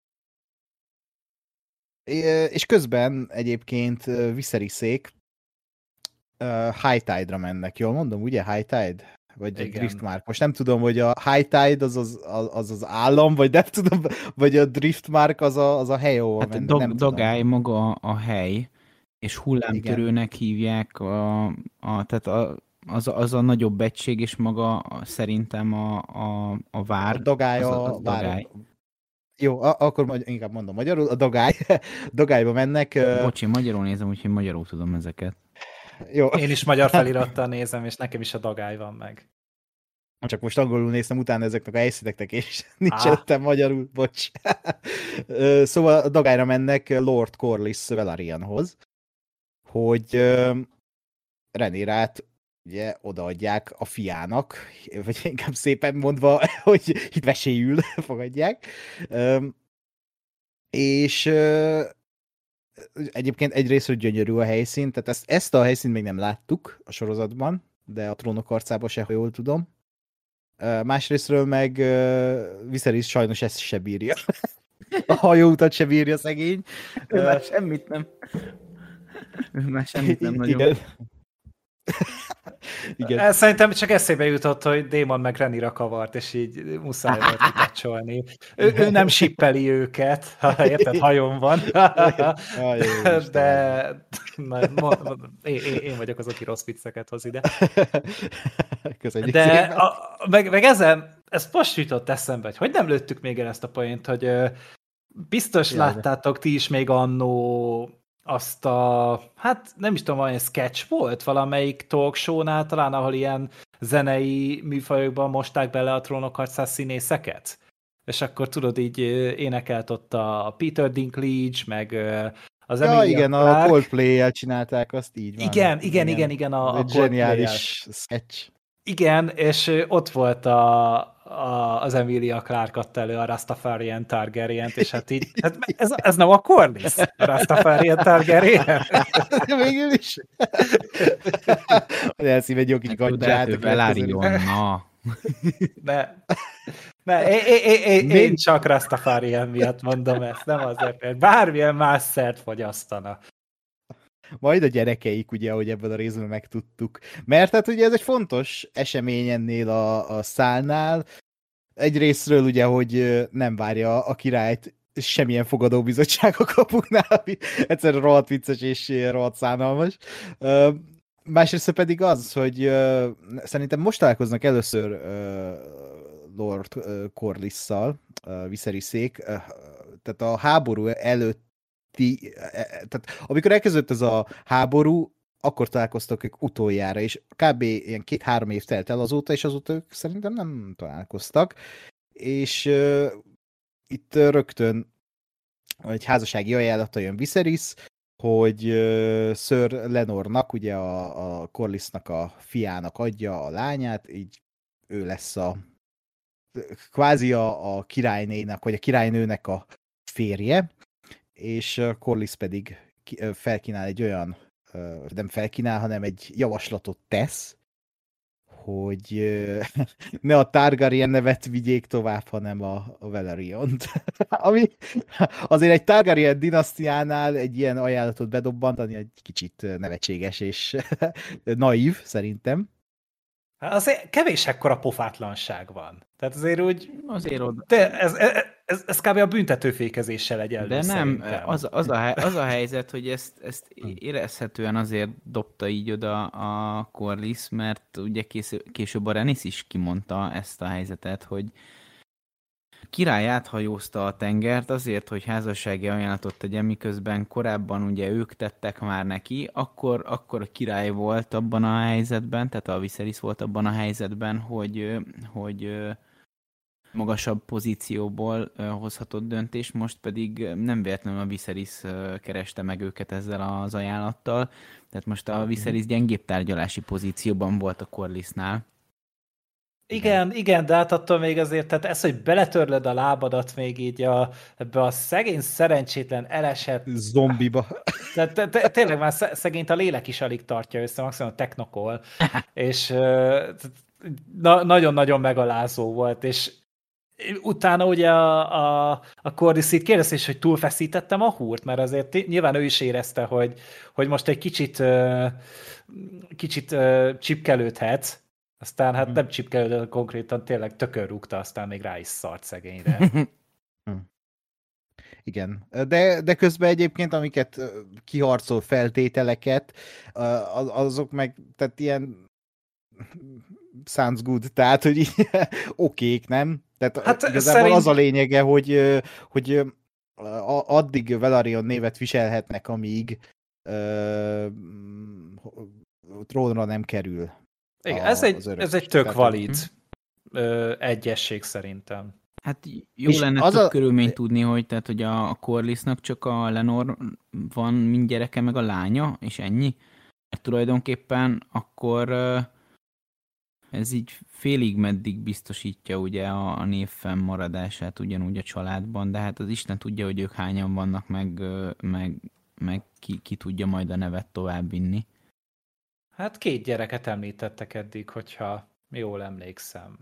És közben egyébként Viserys-ék High Tide-ra mennek. Jól mondom, ugye? High Tide? Vagy igen. A Driftmark. Most nem tudom, hogy a High Tide az állam, vagy nem tudom, vagy a Driftmark az a hely, ahol hát mennek. Dagály maga a hely, és hullámtörőnek hívják, tehát az a nagyobb egység, és maga szerintem a vár. A Dagály az Dagály. Jó, akkor inkább mondom magyarul, a Dagályba mennek. Bocsi, magyarul nézem, úgyhogy magyarul tudom ezeket. Jó. Én is magyar felirattal nézem, és nekem is a Dagály van meg. Csak most angolul néztem utána ezeknek a helyszíneknek, és nincs előttem magyarul, bocs. Szóval a Dagályra mennek Lord Corlys Velarionhoz, hogy Rhaenyrát ugye odaadják a fiának, vagy inkább szépen mondva, hogy itt vesélyül fogadják. És egyébként egyrészről gyönyörű a helyszín, tehát ezt a helyszínt még nem láttuk a sorozatban, de a Trónok harcában se, ha jól tudom. Másrésztről meg Viserys sajnos ezt se bírja. A hajóutat se bírja szegény. Már semmit nem. Már semmit nem nagyon. Igen. Igen. Szerintem csak eszébe jutott, hogy Daemon meg Rhaenyra kavart, és így muszáj volt kitacsolni. Ő nem sippeli őket, ha érted, hajón van. De én vagyok az, aki rossz vicceket hoz ide. Köszönjük de meg ezen, ez most jutott eszembe, hogy nem lőttük még el ezt a poént, hogy biztos láttátok ti is még annó azt hát nem is tudom, valami sketch volt valamelyik talk show-nál talán, ahol ilyen zenei műfajokban mosták bele a Trónok harcás színészeket. És akkor tudod, így énekelt ott a Peter Dinklage, meg az Emilia igen, Clarke. A Coldplay-jel csinálták azt, így van. Igen, a zseniális sketch. Igen, és ott volt az Emilia Clarke adta elő a Rastafarian Targaryen-t, és hát így, ez nem a Corlys, a Rastafarian Targaryen. Végül is. Elszív egy jó kis gadját. Velaryon, na. Én csak Rastafarian miatt mondom ezt, nem azért, mert bármilyen más szert fogyasztana. Majd a gyerekeik, ugye, ahogy ebből a részben megtudtuk. Mert hát ugye ez egy fontos esemény ennél a szálnál. Egyrésztről ugye, hogy nem várja a királyt semmilyen fogadóbizottság a kapuknál, ami egyszerűen rohadt vicces és rohadt szánalmas. Másrészt pedig az, hogy szerintem most találkoznak először Lord Corlysszal, Viseryszék, tehát a háború előtt tehát amikor elkezdődött ez a háború, akkor találkoztak ők utoljára, és kb. Ilyen 2-3 év telt el azóta, és azóta ők szerintem nem találkoztak. És itt rögtön egy házassági ajánlata jön Viserys, hogy Sir Lenornak, ugye a Corlysnak a fiának adja a lányát, így ő lesz kvázi a királynének, vagy a királynőnek a férje, és Corlys pedig felkínál egy olyan nem felkínál, hanem egy javaslatot tesz, hogy ne a Targaryen nevet vigyék tovább, hanem a Valeriont. Ami azért egy Targaryen dinasztiánál egy ilyen ajánlatot bedobbantani egy kicsit nevetséges és naív, szerintem. Hát azért kevés ekkora pofátlanság van. Tehát azért úgy... Azért oda. De ez kb. A büntetőfékezéssel egyenlő. De nem, szerintem. az a helyzet, hogy ezt érezhetően azért dobta így oda a Corlys, mert ugye később a Rhaenys is kimondta ezt a helyzetet, hogy király áthajózta a tengert azért, hogy házassági ajánlatot tegyen, miközben korábban ugye ők tettek már neki, akkor a király volt abban a helyzetben, tehát a Viserys volt abban a helyzetben, hogy magasabb pozícióból hozhatott döntés, most pedig nem véletlenül a Viserys kereste meg őket ezzel az ajánlattal, tehát most a Viserys gyengébb tárgyalási pozícióban volt a Corlysnál. Igen, de hát attól még azért, tehát ez, hogy beletörlöd a lábadat még így ebbe a szegény, szerencsétlen, elesett... Zombiba. Tehát tényleg már szegényt a lélek is alig tartja össze, maximum a technokol, és nagyon-nagyon megalázó volt, és utána ugye a Corlys itt kérdezte is, hogy túlfeszítettem a húrt, mert azért nyilván ő is érezte, hogy most egy kicsit csipkelődhet, aztán hát nem csipkelődött, konkrétan tényleg tökön rúgta, aztán még rá is szart szegényre. Igen, de közben egyébként, amiket kiharcol feltételeket, azok meg, tehát ilyen sounds good, tehát, hogy okék, nem? Tehát hát igazából az a lényege, hogy addig Velaryon névet viselhetnek, amíg trónra nem kerül. Igen, ez egy tök valid egyesség szerintem. Hát jó és lenne több körülményt tudni, hogy a Corlysnak csak a Lenor van mind gyereke, meg a lánya, és ennyi. Mert tulajdonképpen akkor ez így félig meddig biztosítja ugye a név fennmaradását ugyanúgy a családban, de hát az Isten tudja, hogy ők hányan vannak, meg ki tudja majd a nevet továbbvinni. Hát 2 gyereket említettek eddig, hogyha jól emlékszem.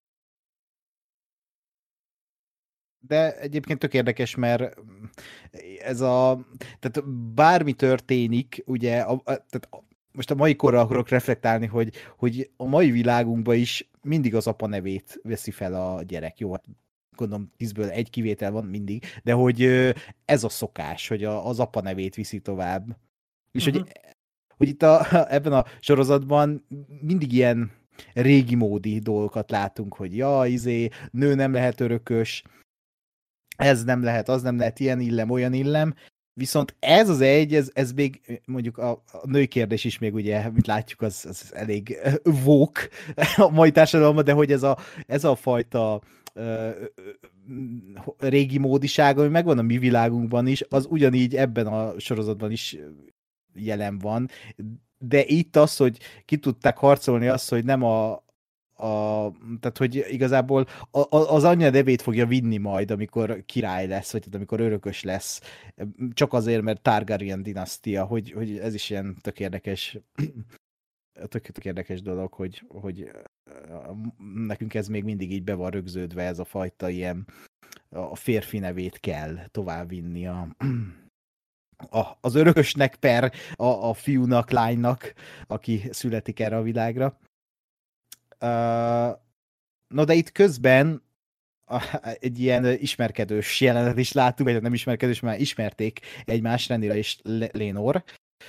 De egyébként tök érdekes, mert tehát bármi történik, ugye, tehát most a mai korra akarok reflektálni, hogy a mai világunkban is mindig az apa nevét veszi fel a gyerek. Jó, hát gondolom 10-ből 1 kivétel van mindig, de hogy ez a szokás, hogy az apa nevét viszi tovább. És hogy itt ebben a sorozatban mindig ilyen régi módi dolgokat látunk, hogy nő nem lehet örökös, ez nem lehet, az nem lehet, ilyen illem, olyan illem, viszont ez még mondjuk a női kérdés is még ugye, mint látjuk, az elég woke a mai társadalomban, de hogy ez a fajta régi módiság, ami megvan a mi világunkban is, az ugyanígy ebben a sorozatban is jelen van, de itt az, hogy ki tudták harcolni azt, hogy nem tehát, hogy igazából az anyja nevét fogja vinni majd, amikor király lesz, vagy amikor örökös lesz, csak azért, mert Targaryen dinasztia, hogy ez is ilyen tök érdekes dolog, hogy nekünk ez még mindig így be van rögződve, ez a fajta ilyen a férfi nevét kell továbbvinni az örökösnek a fiúnak, lánynak, aki születik erre a világra. No, de itt közben egy ilyen ismerkedős jelenet is láttuk, vagy nem ismerkedős, mert ismerték egymást, Rhaenyra és Laenor.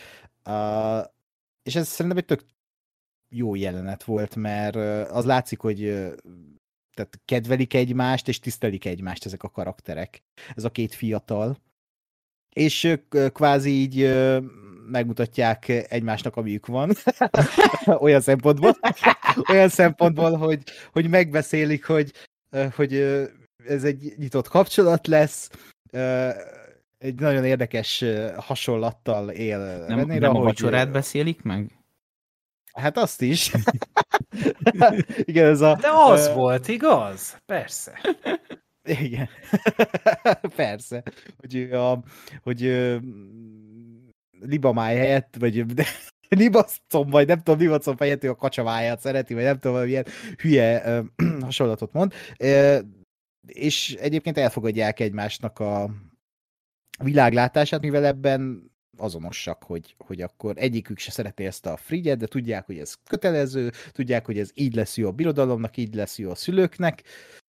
És ez szerintem egy tök jó jelenet volt, mert az látszik, hogy tehát kedvelik egymást, és tisztelik egymást ezek a karakterek. Ez a 2 fiatal. És kvázi így megmutatják egymásnak, amiük van. Olyan szempontból, hogy megbeszélik, hogy ez egy nyitott kapcsolat lesz, egy nagyon érdekes hasonlattal él. Nem a vacsorát beszélik meg? Hát azt is. Igen, de az volt, igaz? Persze. Igen. Persze. Hogy libamáj helyett, vagy libacomb, vagy nem tudom, libacomb helyett ő a kacsaváját szereti, vagy nem tudom, ilyen hülye hasonlatot mond. És egyébként elfogadják egymásnak a világlátását, mivel ebben azonosak, hogy akkor egyikük se szereti ezt a frigyet, de tudják, hogy ez kötelező, tudják, hogy ez így lesz jó a birodalomnak, így lesz jó a szülőknek.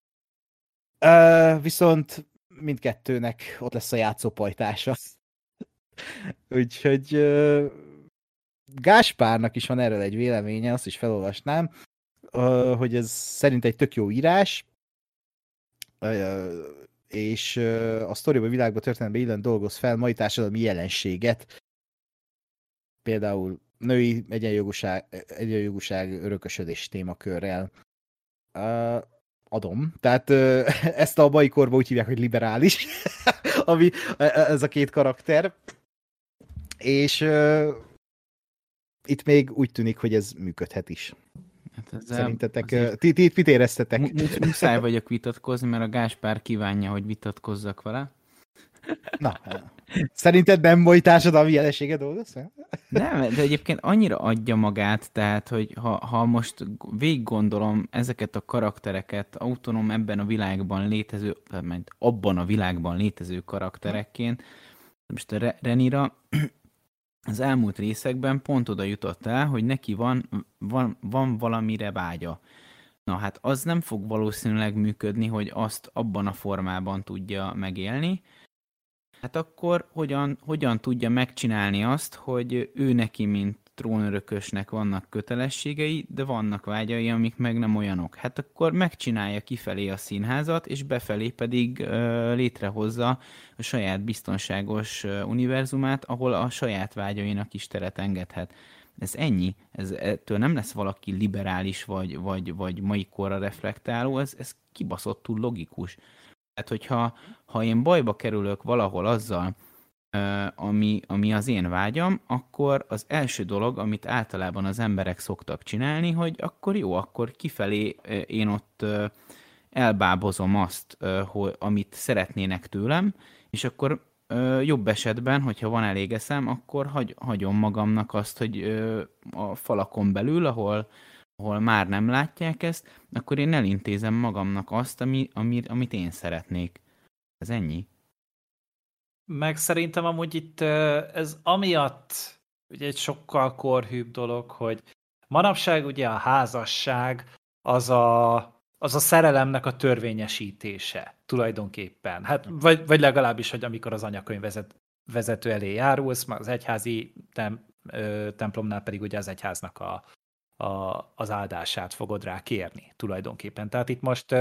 Viszont mindkettőnek ott lesz a játszópajtása. Úgyhogy Gáspárnak is van erről egy véleménye, azt is felolvasnám, hogy ez szerint egy tök jó írás, és a sztoriban, világban, történetben illen dolgoz fel mai társadalmi jelenséget, például női egyenjogúság örökösödés témakörrel. Adom. Tehát ezt a mai korban úgy hívják, hogy liberális, ami ez a két karakter. És itt még úgy tűnik, hogy ez működhet is. Hát szerintetek, ti mit éreztetek? Muszáj vagyok vitatkozni, mert a Gáspár kívánja, hogy vitatkozzak vele. Na, szerinted nem mai társadalmi jelensége dolgoz? Nem, de egyébként annyira adja magát, tehát, hogy ha most végig gondolom ezeket a karaktereket autonóm ebben a világban létező, mert abban a világban létező karakterekként, most a Renira az elmúlt részekben pont oda jutott el, hogy neki van valamire vágya. Na hát az nem fog valószínűleg működni, hogy azt abban a formában tudja megélni. Hát akkor hogyan tudja megcsinálni azt, hogy ő neki, mint trónörökösnek vannak kötelességei, de vannak vágyai, amik meg nem olyanok. Hát akkor megcsinálja kifelé a színházat, és befelé pedig létrehozza a saját biztonságos univerzumát, ahol a saját vágyainak is teret engedhet. Ez ennyi. Ettől nem lesz valaki liberális, vagy mai korra reflektáló, ez kibaszottul logikus. Tehát, hogyha én bajba kerülök valahol azzal, ami az én vágyam, akkor az első dolog, amit általában az emberek szoktak csinálni, hogy akkor jó, akkor kifelé én ott elbábozom azt, amit szeretnének tőlem, és akkor jobb esetben, hogyha van elég eszem, akkor hagyom magamnak azt, hogy a falakon belül, ahol már nem látják ezt, akkor én elintézem magamnak azt, amit én szeretnék. Ez ennyi. Meg szerintem amúgy itt ez amiatt ugye egy sokkal korhűbb dolog, hogy manapság ugye a házasság az a szerelemnek a törvényesítése tulajdonképpen. Hát, vagy legalábbis, hogy amikor az anyakönyv vezető elé járulsz, az egyházi templomnál pedig ugye az egyháznak az áldását fogod rá kérni tulajdonképpen. Tehát itt most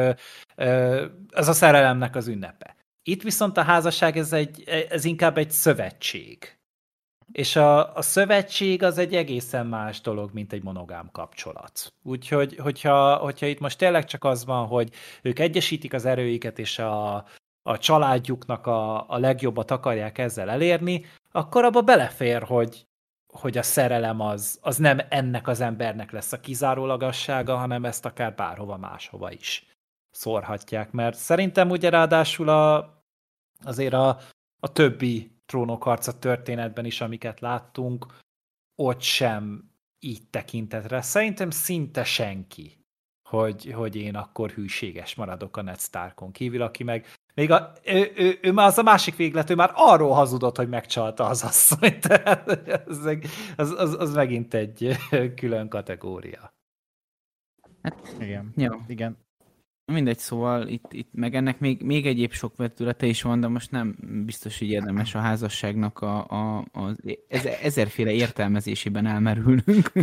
ez a szerelemnek az ünnepe. Itt viszont a házasság ez inkább egy szövetség. És a szövetség az egy egészen más dolog, mint egy monogám kapcsolat. Úgyhogy, hogyha itt most tényleg csak az van, hogy ők egyesítik az erőiket, és a családjuknak a legjobbat akarják ezzel elérni, akkor abba belefér, hogy a szerelem az nem ennek az embernek lesz a kizárólagassága, hanem ezt akár bárhova máshova is szórhatják. Mert szerintem ugye ráadásul azért a többi trónokharca történetben is, amiket láttunk, ott sem így tekintett rá. Szerintem szinte senki, hogy én akkor hűséges maradok a Ned Starkon kívül, aki meg még ő már az a másik véglet, ő már arról hazudott, hogy megcsalta az asszonyt. Az megint egy külön kategória. Hát, igen. Jó. Igen. Mindegy, szóval itt meg ennek még egyéb sok vetülete is van, de most nem biztos, hogy érdemes a házasságnak az ezerféle értelmezésében elmerülnünk.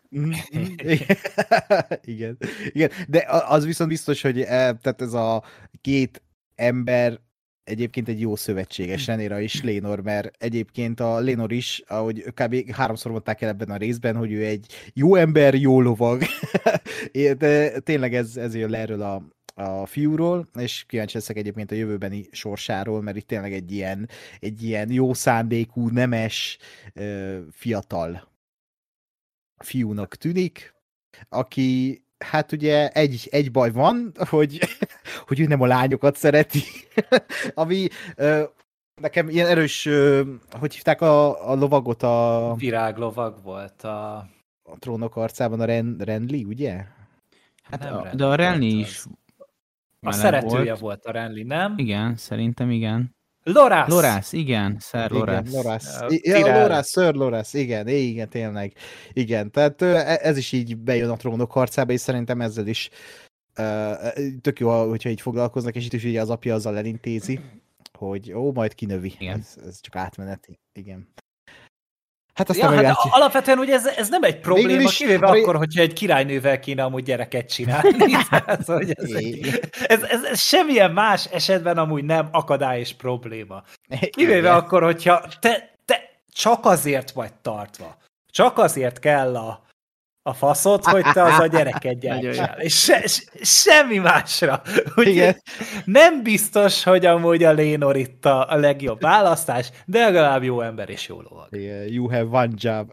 Igen. De az viszont biztos, hogy tehát ez a két ember egyébként egy jó szövetséges, Rhaenyra és Laenor, mert egyébként a Laenor is, ahogy kb. 3-szor mondták el ebben a részben, hogy ő egy jó ember, jó lovag. De tényleg ez jön le erről a fiúról, és kíváncsi leszek egyébként a jövőbeni sorsáról, mert itt tényleg egy ilyen jó szándékú, nemes, fiatal fiúnak tűnik, aki hát ugye egy baj van, hogy ő nem a lányokat szereti, ami Nekem ilyen erős, hogy hívták a lovagot a Viráglovag volt Trónok arcában, a Renly, ugye? Hát nem de a Renly volt is az. A vele szeretője volt. volt a Renly, nem? Igen, szerintem igen. Lorász! Lorász, igen, Sir Igen, Lorász. Lorász. A Ja, Tyrell. Lorász, Sir Lorász, igen, tényleg. Igen, tehát ez is így bejön a Trónok harcába, és szerintem ezzel is tök jó, hogyha így foglalkoznak, és itt is ugye az apja azzal elintézi, hogy majd kinövi. Igen. Ez csak átmeneti. Igen. Hát Ja, aztán meglátjuk. alapvetően ugye ez nem egy probléma, Végül is, kivéve akkor, hogyha egy királynővel kéne amúgy gyereket csinálni. Tehát, hogy ez semmilyen más esetben amúgy nem akadály és probléma. Kivéve Igen. akkor, hogyha te csak azért vagy tartva, csak azért kell a faszod, hogy te az a gyereket gyártsál. És semmi másra. Igen. Nem biztos, hogy amúgy a Lénor itt a legjobb választás, de legalább jó ember és jó lovag. You have one job.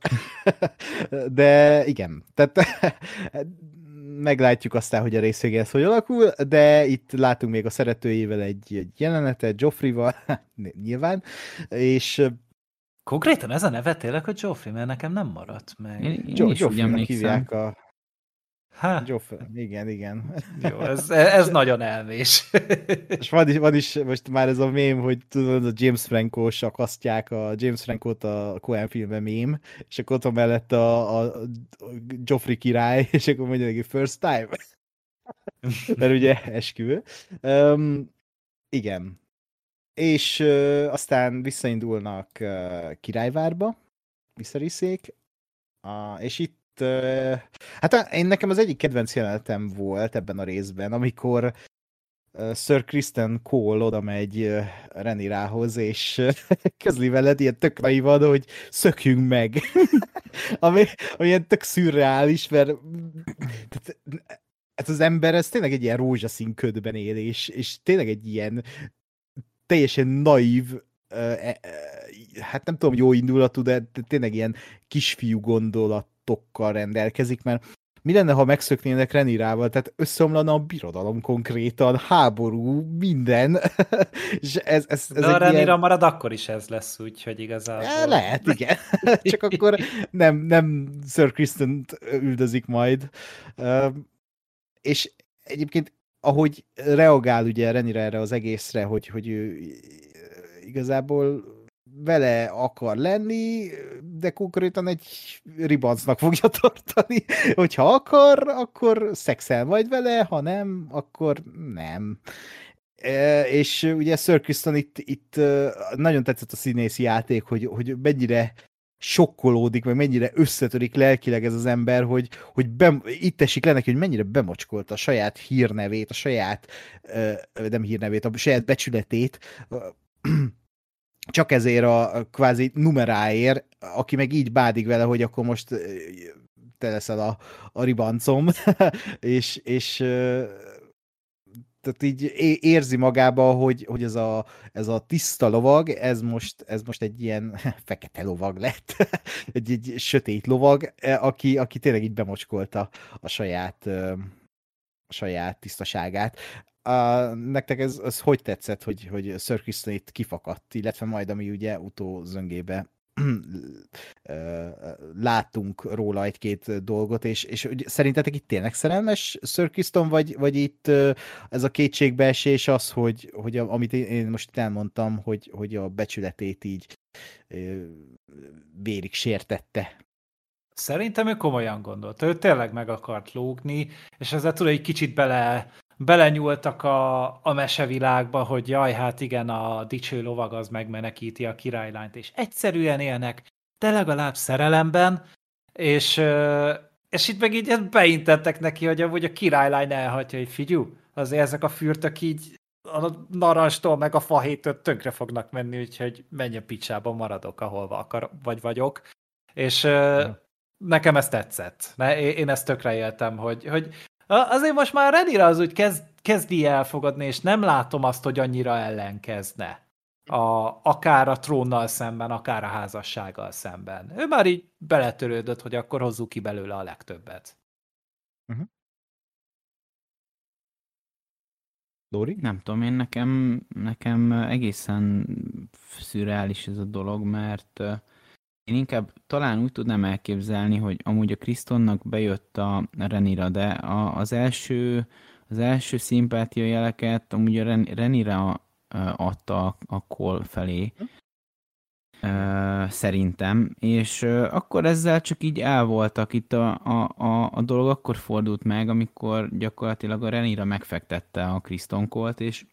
De igen, tehát meglátjuk aztán, hogy a rész végén ez hogy alakul, de itt látunk még a szeretőjével egy jelenetet, Joffrey-val, nyilván, és Konkrétan ez a neve tényleg a Joffrey, mert nekem nem maradt meg. Én is úgy Joffrey-nak emlékszem. hívják a Ha, Joffrey, igen. jó, ez nagyon elmés. És van is most már ez a mém, hogy tudod, a James Franco-s akasztják a James Franco-t a Coen filmben mém, és akkor ott van mellett a Joffrey király, és akkor mondja neki first time. Mert ugye esküvő. Igen. És aztán visszaindulnak Királyvárba, visszariszék, és itt hát nekem az egyik kedvenc jelenetem volt ebben a részben, amikor Sir Kristen Cole oda megy Renirához, és közli veled ilyen tök naivan, hogy szökjünk meg. ami ilyen tök szürreális, mert ez az ember, ez tényleg egy ilyen rózsaszín ködben él, és tényleg egy ilyen teljesen naív, hát nem tudom, jó indulatú, de tényleg ilyen kisfiú gondolatokkal rendelkezik, mert mi lenne, ha megszöknének Renirával, tehát összeomlana a birodalom konkrétan, háború, minden. És ez De a Renira marad, akkor is ez lesz, úgyhogy igazából... Lehet, igen. Csak akkor nem Sir Kristen üldözik majd. És egyébként ahogy reagál ugye Renira erre az egészre, hogy ő igazából vele akar lenni, de konkrétan egy ribancnak fogja tartani. Hogyha akar, akkor szexel majd vele, ha nem, akkor nem. És ugye Sir Kristen itt nagyon tetszett a színészi játék, hogy mennyire sokkolódik, meg mennyire összetörik lelkileg ez az ember, hogy itt esik le neki, hogy mennyire bemocskolta a saját hírnevét, a saját, nem hírnevét, a saját becsületét, csak ezért a kvázi numeráért, aki meg így bádik vele, hogy akkor most te leszel a ribancom, és tehát így érzi magába, hogy ez a tiszta lovag, ez most egy ilyen fekete lovag lett, egy sötét lovag, aki tényleg így bemocskolta a saját tisztaságát. Nektek ez hogy tetszett, hogy Sir Kristen itt kifakadt, illetve majd, ami ugye utózöngébe láttunk róla egy-két dolgot, és szerintetek itt tényleg szerelmes Sir Kristen, vagy itt ez a kétségbeesés az, hogy amit én most elmondtam, hogy a becsületét így vérig sértette? Szerintem ő komolyan gondolta. Ő tényleg meg akart lógni, és ezzel tudod, egy kicsit belenyúltak a mesevilágba, hogy jaj, hát igen, a dicső lovag az megmenekíti a királylányt, és egyszerűen élnek, de legalább szerelemben, és itt meg így beintettek neki, hogy amúgy a királylány elhagyja, hogy figyú, azért ezek a fürtök így a narancstól meg a fahéttől tönkre fognak menni, úgyhogy menj a picsába, maradok, ahol vagyok. És nekem ez tetszett. Én ezt tökre éltem, hogy azért most már Renira az úgy kezdi elfogadni, és nem látom azt, hogy annyira ellenkezne. Akár a trónnal szemben, akár a házassággal szemben. Ő már így beletörődött, hogy akkor hozzuk ki belőle a legtöbbet. Lóri? Nem tudom, én nekem egészen szürreális ez a dolog, mert én inkább talán úgy tudnám elképzelni, hogy amúgy a Kristonnak bejött a Rhaenyra, de az első szimpátia jeleket amúgy a Rhaenyra adta a Cole felé, szerintem, és akkor ezzel csak így elvoltak. Itt a dolog akkor fordult meg, amikor gyakorlatilag a Rhaenyra megfektette a Criston Cole-t, és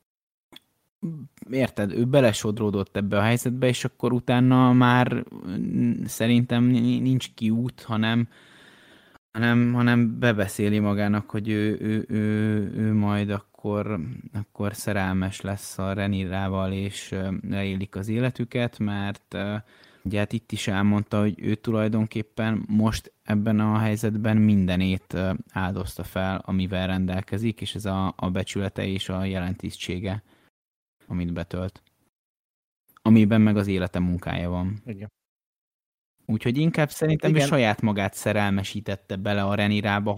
érted, ő belesodródott ebbe a helyzetbe, és akkor utána már szerintem nincs kiút, hanem bebeszéli magának, hogy ő majd akkor szerelmes lesz a Rhaenyrával, és leélik az életüket, mert ugye hát itt is elmondta, hogy ő tulajdonképpen most ebben a helyzetben mindenét áldozta fel, amivel rendelkezik, és ez a becsülete és a jelentisztsége, amit betölt. Amiben meg az élete munkája van. Igen. Úgyhogy inkább szerintem ő saját magát szerelmesítette bele a Rhaenyrába,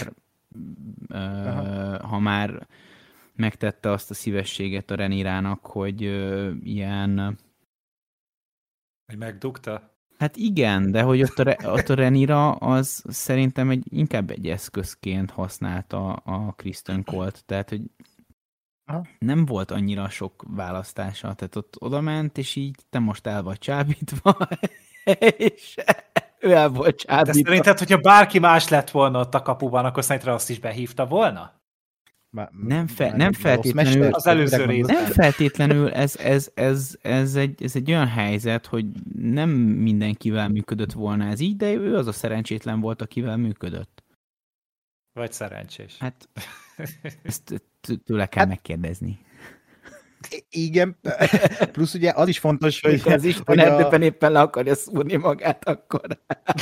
ha már megtette azt a szívességet a Rhaenyrának, hogy ilyen... Hogy megdugta? Hát igen, de hogy ott a Rhaenyra az szerintem inkább egy eszközként használta a Criston Cole-t, tehát hogy nem volt annyira sok választása, tehát ott oda ment, és így te most el vagy csábítva, és ő el volt csábítva. De szerinted, hogyha bárki más lett volna ott a kapuban, akkor szerinted azt is behívta volna? Nem feltétlenül az előző rész. Nem feltétlenül, ez egy olyan helyzet, hogy nem mindenkivel működött volna ez így, de ő az a szerencsétlen volt, akivel működött. Vagy szerencsés. Hát ezt tőle kell megkérdezni. Igen, plusz ugye az is fontos, hogy... Az Isten erdőben éppen le akarja szúrni magát, akkor...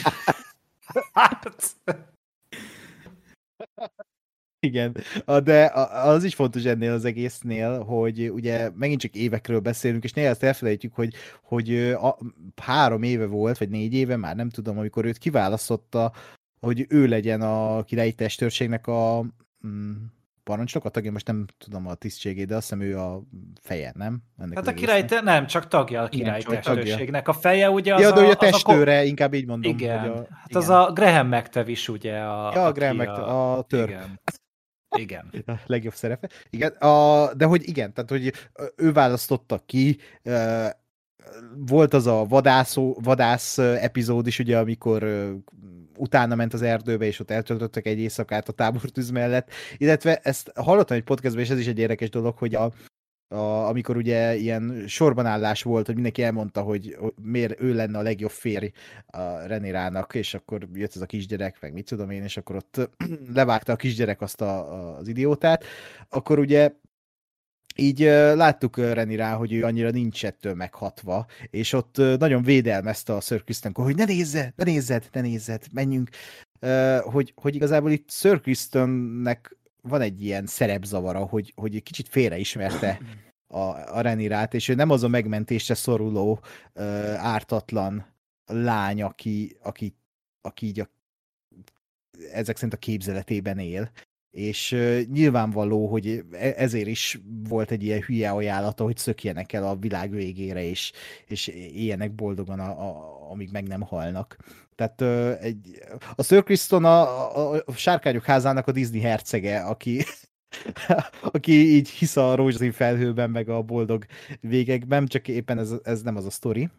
Igen, de az is fontos ennél az egésznél, hogy ugye megint csak évekről beszélünk, és néha ezt elfelejtjük, hogy 3 éve volt, vagy 4 éve, már nem tudom, amikor őt kiválasztotta, hogy ő legyen a királyi testőrségnek a parancsnok, a tagja, most nem tudom a tisztségét, de azt hiszem ő a feje, nem? Ennek hát a király, nem, csak tagja a királyi testőrségnek. A feje ugye az de hogy a testőre, inkább így mondom. Igen, hogy hát igen. Az a Graham McTavish ugye. A Graham McTavish, a törp. Igen. A legjobb szerepe. Igen, de hogy igen, tehát hogy ő választotta ki, volt az a vadász epizód is, ugye, amikor utána ment az erdőbe, és ott eltöltöttek egy éjszakát a tábortűz mellett, illetve ezt hallottam egy podcastban, és ez is egy érdekes dolog, hogy amikor ugye ilyen sorbanállás volt, hogy mindenki elmondta, hogy miért ő lenne a legjobb férj a Rhaenyrának, és akkor jött ez a kisgyerek, meg mit tudom én, és akkor ott levágta a kisgyerek azt az idiótát, akkor ugye így láttuk Rhaenyrán, hogy ő annyira nincs ettől meghatva, és ott nagyon védelmezte a Sir Criston Cole, hogy ne nézzed, menjünk. Hogy igazából itt Sir Cristonnek van egy ilyen szerepzavara, hogy egy kicsit félreismerte a Rhaenyrát, és ő nem az a megmentésre szoruló, ártatlan lány, aki így ezek szerint a képzeletében él. És nyilvánvaló, hogy ezért is volt egy ilyen hülye ajánlata, hogy szökjenek el a világ végére, és éljenek boldogan, amíg meg nem halnak. Tehát a Sir Criston a Sárkányok házának a Disney hercege, aki így hisz a rózsaszín felhőben, meg a boldog végekben, csak éppen ez nem az a sztori.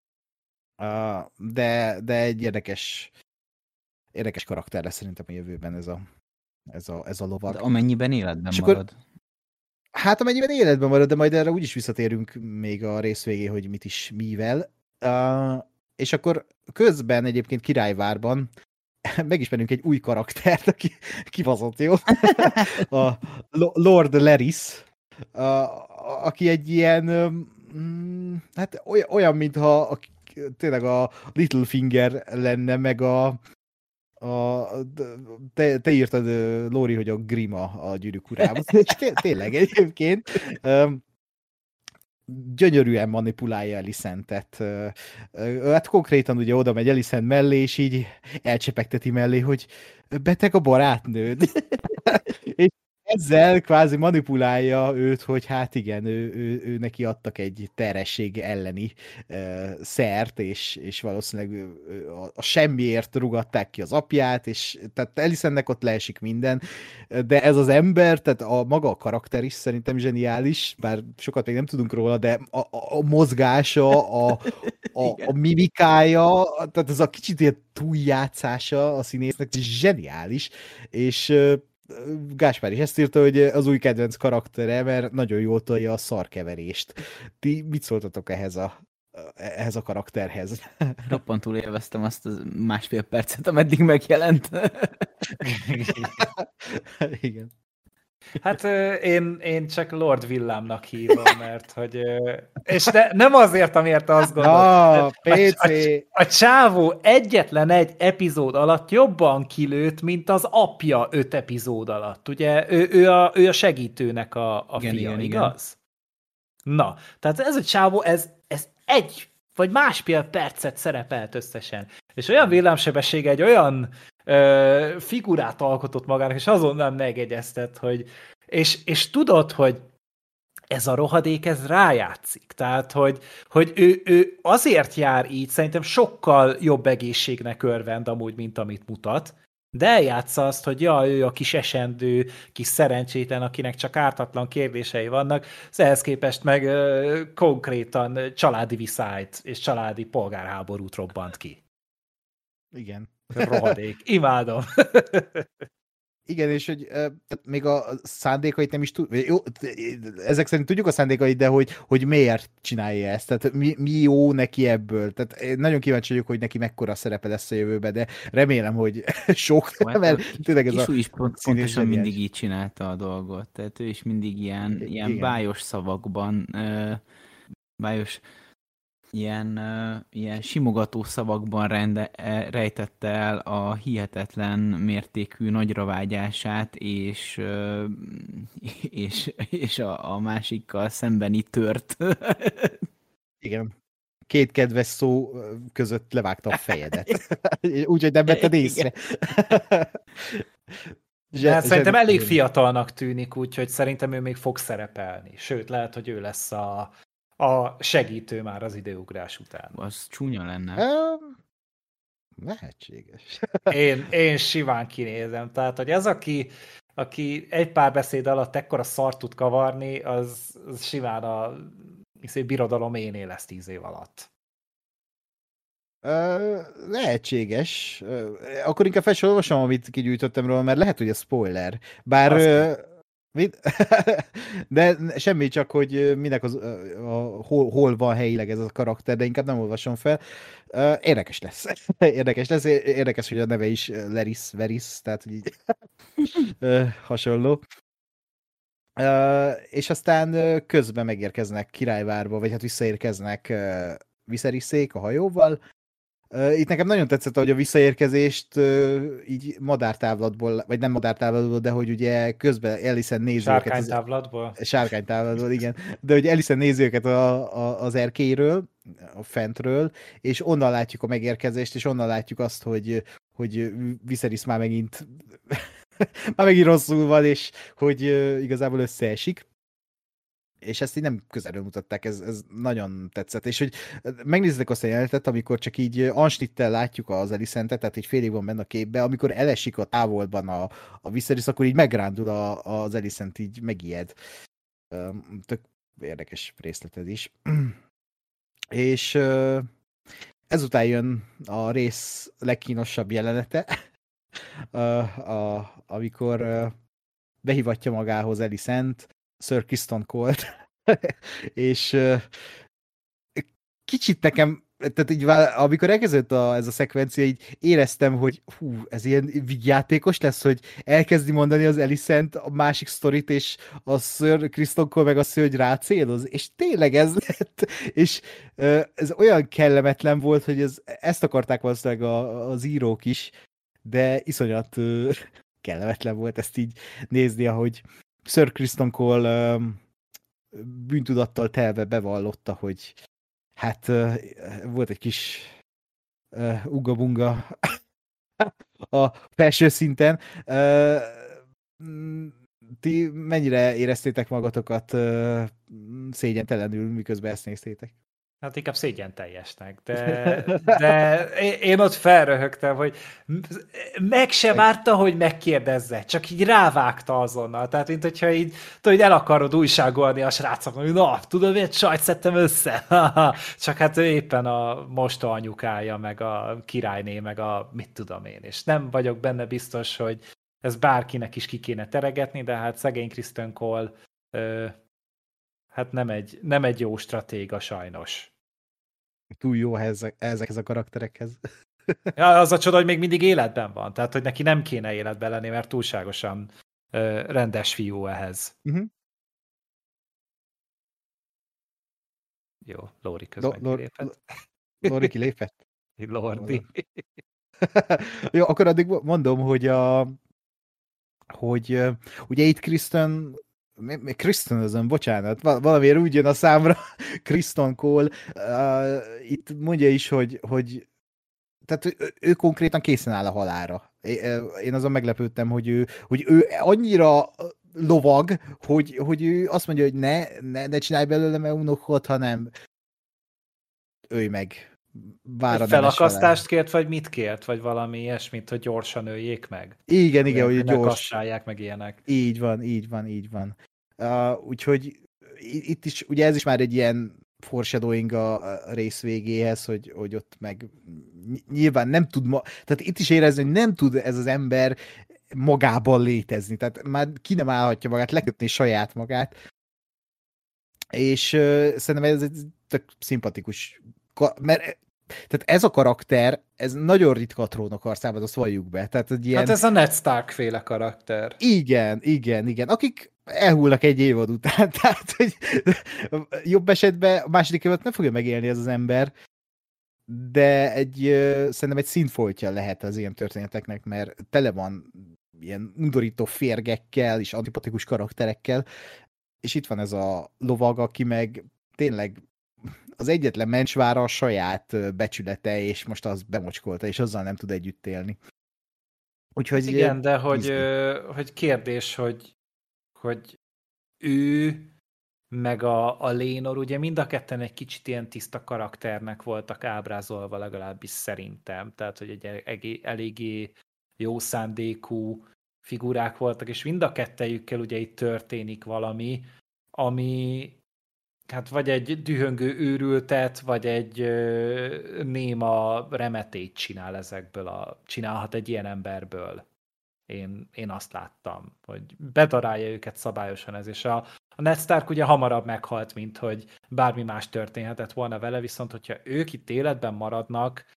De egy érdekes karakter lesz szerintem a jövőben ez a lovag. De amennyiben életben marad. Hát amennyiben életben marad, de majd erre úgyis visszatérünk még a rész végén, hogy mit is mivel. És akkor közben egyébként Királyvárban megismerünk egy új karaktert, aki kibaszott jó. A Lord Larys, aki egy ilyen hát olyan, mintha tényleg a Littlefinger lenne, meg te írtad, Lóri, hogy a Grima a Gyűrűk urában. És tényleg egyébként gyönyörűen manipulálja Alicent-et. Hát konkrétan ugye oda megy Alicent mellé, és így elcsepegteti mellé, hogy beteg a barátnőd. És ezzel kvázi manipulálja őt, hogy hát igen, ő neki adtak egy terhesség elleni szert, és valószínűleg a semmiért rugatták ki az apját, és tehát Alicentnek ott leesik minden, de ez az ember, tehát maga a karakter is szerintem zseniális, bár sokat még nem tudunk róla, de a mozgása, a mimikája, tehát ez a kicsit ilyen túljátszása a színésznek zseniális, és Gáspár is ezt írta, hogy az új kedvenc karaktere, mert nagyon jól tolja a szarkeverést. Ti mit szóltatok ehhez a karakterhez? Roppantul élveztem azt a másfél percet, ameddig megjelent. Igen. Hát én csak Lord Villámnak hívom, mert hogy... És nem azért, amiért azt gondolom. PC! A csávó egyetlen egy epizód alatt jobban kilőtt, mint az apja 5 epizód alatt. Ugye ő a segítőnek a Igen, fia, igen, igaz? Na, tehát ez a csávó, ez egy vagy másfél percet szerepelt összesen. És olyan villámsebessége, egy olyan figurát alkotott magának, és azonnal megegyeztet, hogy és tudod, hogy ez a rohadék, ez rájátszik. Tehát, hogy ő azért jár így, szerintem sokkal jobb egészségnek örvend amúgy, mint amit mutat, de eljátsza azt, hogy ő a kis esendő, kis szerencsétlen, akinek csak ártatlan kérdései vannak, ehhez képest meg konkrétan családi viszályt és családi polgárháborút robbant ki. Igen. Rohadék. Imádom. Igen, és hogy még a szándékait nem is jó, ezek szerint tudjuk a szándékait, de hogy miért csinálja ezt, tehát mi jó neki ebből. Tehát én nagyon kíváncsi vagyok, hogy neki mekkora szerepe lesz a jövőben, de remélem, hogy sok, Hát mert tényleg ez Kisú a is pontosan mindig így csinálta a dolgot, tehát ő is mindig ilyen bájos szavakban, bájos ilyen simogató szavakban rejtette el a hihetetlen mértékű nagyravágyását, és a másikkal szembeni tört. Igen. 2 kedves szó között levágta a fejedet. Úgyhogy nem vetted észre. Szerintem elég fiatalnak tűnik, úgyhogy szerintem ő még fog szerepelni. Sőt, lehet, hogy ő lesz a segítő már az időugrás után. Az csúnya lenne. Lehetséges. Én simán kinézem. Tehát, hogy az, aki egy pár beszéd alatt ekkora szart tud kavarni, az simán a birodalom éné lesz 10 év alatt. Lehetséges. Akkor inkább felsorolvasom, amit kigyűjtöttem róla, mert lehet, hogy ez spoiler. Bár... mit? De semmi, csak hogy minek hol van helyileg ez a karakter, de inkább nem olvasom fel. Érdekes lesz. Érdekes, hogy a neve is Veris, tehát hogy így hasonló. És aztán közben megérkeznek Királyvárba, vagy hát visszaérkeznek Viserysé a hajóval. Itt nekem nagyon tetszett, hogy a visszaérkezést így madártávlatból, vagy nem madártávlatból, de hogy ugye közben Alicent nézi őket. Sárkánytávlatból, igen. De hogy Alicent nézi őket az erkélyről, a fentről, és onnan látjuk a megérkezést, és onnan látjuk azt, hogy Viserys már megint rosszul van, és hogy igazából összeesik. És ezt így nem közelről mutatták, ez nagyon tetszett. És hogy megnézzétek azt a jelenetet, amikor csak így ansnittel látjuk az Alicent-et, tehát így félig van benne a képbe, amikor elesik a távolban a Viserys, akkor így megrándul az Alicent, így megijed. Tök érdekes részlet ez is. És ezután jön a rész legkínosabb jelenete, amikor behívatja magához Alicent, Sir Criston Cole-t, és kicsit nekem, tehát így, amikor elkezdődött ez a szekvencia, így éreztem, hogy ez ilyen vígjátékos lesz, hogy elkezdi mondani az Alicent a másik sztorit, és a Sir Criston Cole meg azt mondja, hogy rácéloz, és tényleg ez lett, és ez olyan kellemetlen volt, hogy ezt akarták valószínűleg az írók is, de iszonyat kellemetlen volt ezt így nézni, ahogy Sir Criston Cole bűntudattal telve bevallotta, hogy hát volt egy kis uga-bunga a felső szinten. ti mennyire éreztétek magatokat szégyentelenül, miközben ezt néztétek? Hát inkább szégyen teljesnek, de én ott felröhögtem, hogy meg se várta, hogy megkérdezze, csak így rávágta azonnal. Tehát, mint hogyha így, tudod, el akarod újságolni a srácoknak, hogy na, tudod, miért sajt szedtem össze? Csak hát ő éppen a mosta anyukája, meg a királyné, meg a mit tudom én, és nem vagyok benne biztos, hogy ez bárkinek is ki kéne teregetni, de hát szegény Kristen Cole hát nem egy jó stratéga sajnos. Túl jó ezekhez a karakterekhez. Ja, az a csoda, hogy még mindig életben van. Tehát, hogy neki nem kéne életben lenni, mert túlságosan rendes fiú ehhez. Jó, Lóri közben kilépett. Lóri kilépett? Lordi. Jó, akkor addig mondom, hogy ugye itt Kristen, bocsánat, valamiért úgy jön a számra, Kristen Cole, itt mondja is, hogy tehát ő konkrétan készen áll a halálra. Én azon meglepődtem, hogy ő annyira lovag, hogy ő azt mondja, hogy ne csinálj belőlem unokot, hanem ölj meg. Felakasztást kért, vagy mit kért? Vagy valami ilyesmit, hogy gyorsan öljék meg? Igen, hogy gyors. Kasszálják meg ilyenek. Így van. Úgyhogy itt is, ugye ez is már egy ilyen foreshadowing a rész végéhez, hogy ott meg nyilván nem tud, tehát itt is érezni, hogy nem tud ez az ember magában létezni, tehát már ki nem állhatja magát, lekötni saját magát, és szerintem ez egy tök szimpatikus, mert tehát ez a karakter, ez nagyon ritka a trónokharcában, azt valljuk be. Tehát egy ilyen... Hát ez a Ned Stark féle karakter. Igen. Akik elhullnak egy évad után. Tehát, hogy jobb esetben a második évad nem fogja megélni ez az ember, de szerintem egy színfoltja lehet az ilyen történeteknek, mert tele van ilyen undorító férgekkel és antipatikus karakterekkel, és itt van ez a lovag, aki meg tényleg az egyetlen mencsvára a saját becsülete, és most az bemocskolta, és azzal nem tud együtt élni. Úgyhogy igen, de hogy kérdés, hogy ő meg a Lénor, ugye mind a ketten egy kicsit ilyen tiszta karakternek voltak ábrázolva, legalábbis szerintem. Tehát, hogy egy eléggé jó szándékú figurák voltak, és mind a kettejükkel ugye itt történik valami, ami hát vagy egy dühöngő őrültet, vagy egy néma remetét csinálhat egy ilyen emberből. Én azt láttam, hogy bedarálja őket szabályosan ez, és a Ned Stark ugye hamarabb meghalt, mint hogy bármi más történhetett volna vele, viszont hogyha ők itt életben maradnak,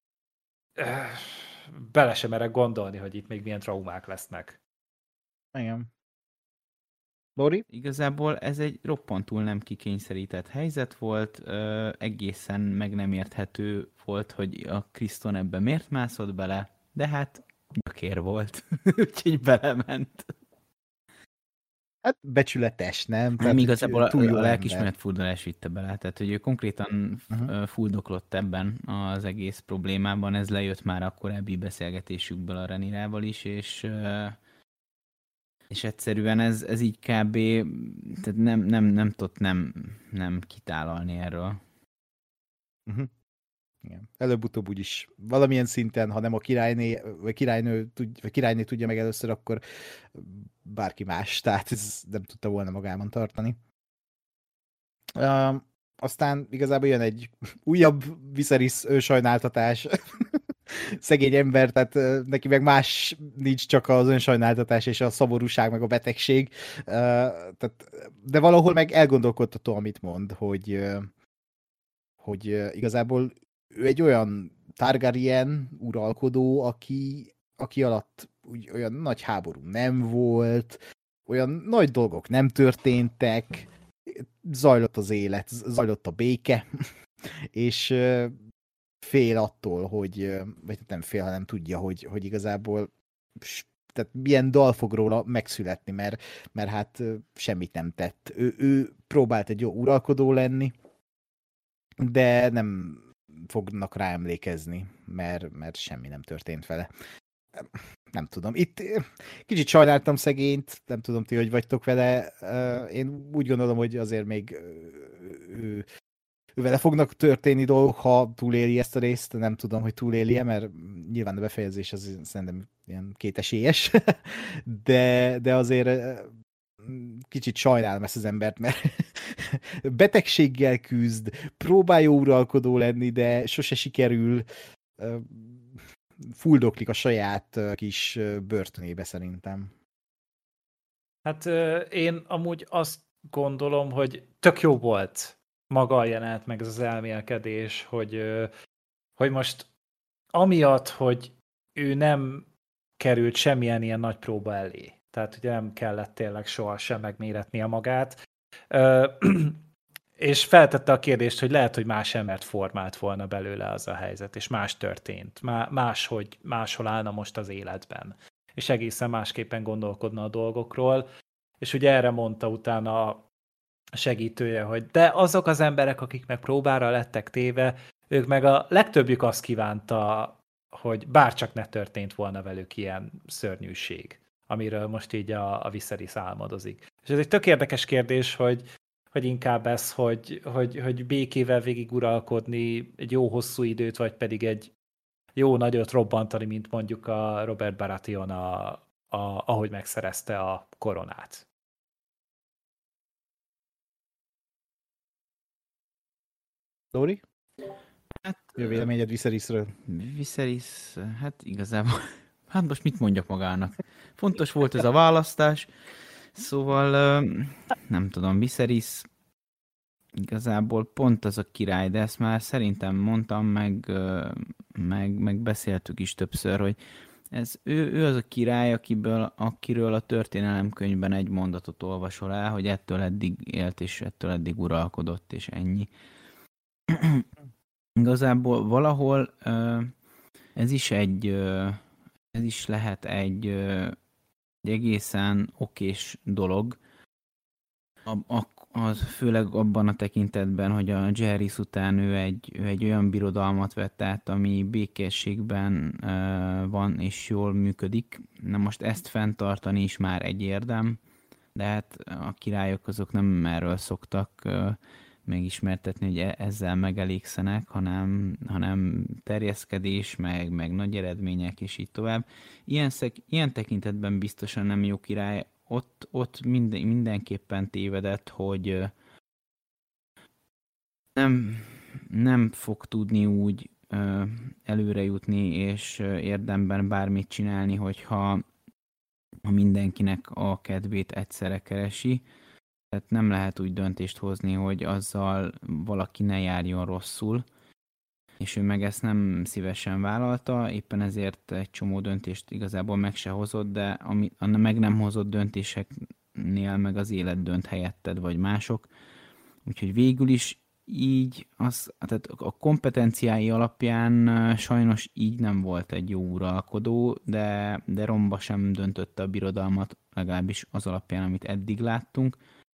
bele sem merek gondolni, hogy itt még milyen traumák lesznek. Igen. Lori? Igazából ez egy roppantul nem kikényszerített helyzet volt, egészen meg nem érthető volt, hogy a Kristen ebbe miért mászott bele, de hát gyökér volt, úgyhogy belement. Hát becsületes, nem? Nem, igazából a lelkismeret furdalás vitte bele, tehát hogy ő konkrétan fuldoklott ebben az egész problémában, ez lejött már a korábbi beszélgetésükből a Renirával is, és egyszerűen ez így kb. Tehát nem tudott nem kitálalni erről. Igen. Előbb-utóbb úgyis valamilyen szinten, ha nem a királyné, vagy királyné tudja meg először, akkor bárki más, tehát ez nem tudta volna magában tartani. Aztán igazából jön egy újabb Viserys önsajnáltatás. Szegény ember, tehát neki meg más nincs, csak az önsajnáltatás és a szomorúság, meg a betegség. De valahol meg elgondolkodtató, amit mond, hogy igazából ő egy olyan Targaryen uralkodó, aki alatt olyan nagy háború nem volt, olyan nagy dolgok nem történtek, zajlott az élet, zajlott a béke, és fél attól, vagy nem fél, hanem tudja, hogy igazából tehát milyen dal fog róla megszületni, mert hát semmit nem tett. Ő próbált egy jó uralkodó lenni, de nem fognak rá emlékezni, mert semmi nem történt vele. nem tudom. Itt kicsit sajnáltam szegényt, nem tudom ti, hogy vagytok vele. Én úgy gondolom, hogy azért még vele fognak történni dolgok, ha túléli ezt a részt, nem tudom, hogy túléli-e, mert nyilván a befejezés az szerintem ilyen kétesélyes, de azért kicsit sajnálom ezt az embert, mert betegséggel küzd, próbál jó uralkodó lenni, de sose sikerül, fuldoklik a saját kis börtönébe szerintem. Hát én amúgy azt gondolom, hogy tök jó volt maga a jelenet, meg ez az elmélkedés, hogy most amiatt, hogy ő nem került semmilyen ilyen nagy próba elé, tehát ugye nem kellett tényleg sohasem megméretnie magát, és feltette a kérdést, hogy lehet, hogy más embert formált volna belőle az a helyzet, és más történt, máshol állna most az életben, és egészen másképpen gondolkodna a dolgokról, és ugye erre mondta utána a segítője, hogy de azok az emberek, akik meg próbára lettek téve, ők meg a legtöbbjük azt kívánta, hogy bárcsak ne történt volna velük ilyen szörnyűség, amiről most így a Viserys álmodozik. És ez egy tök érdekes kérdés, hogy inkább ez, hogy békével végig uralkodni egy jó hosszú időt, vagy pedig egy jó nagyot robbantani, mint mondjuk a Robert Baratheon, ahogy megszerezte a koronát. Lóri? Hát, Mi a véleményed Viserysről? Viserys, hát igazából, hát most mit mondjak magának? Fontos volt ez a választás, szóval nem tudom, Viserys igazából pont az a király, de ezt már szerintem mondtam, meg beszéltük is többször, hogy ő az a király, akiről a történelemkönyvben egy mondatot olvasol el, hogy ettől eddig élt, és ettől eddig uralkodott, és ennyi. Igazából valahol ez is lehet egy egészen okés dolog, főleg abban a tekintetben, hogy a Jaehaerys után ő egy olyan birodalmat vett át, ami békességben van és jól működik. Na most ezt fenntartani is már egy érdem, de hát a királyok azok nem erről szoktak megismertetni, hogy ezzel megelégszenek, hanem terjeszkedés, meg nagy eredmények, és így tovább. Ilyen tekintetben biztosan nem jó király. Ott mindenképpen tévedett, hogy nem fog tudni úgy előre jutni, és érdemben bármit csinálni, hogyha mindenkinek a kedvét egyszerre keresi. Tehát nem lehet úgy döntést hozni, hogy azzal valaki ne járjon rosszul, és ő meg ezt nem szívesen vállalta, éppen ezért egy csomó döntést igazából meg se hozott, de a meg nem hozott döntéseknél meg az élet dönt helyetted, vagy mások. Úgyhogy végül is így, tehát a kompetenciái alapján sajnos így nem volt egy jó uralkodó, de romba sem döntötte a birodalmat, legalábbis az alapján, amit eddig láttunk.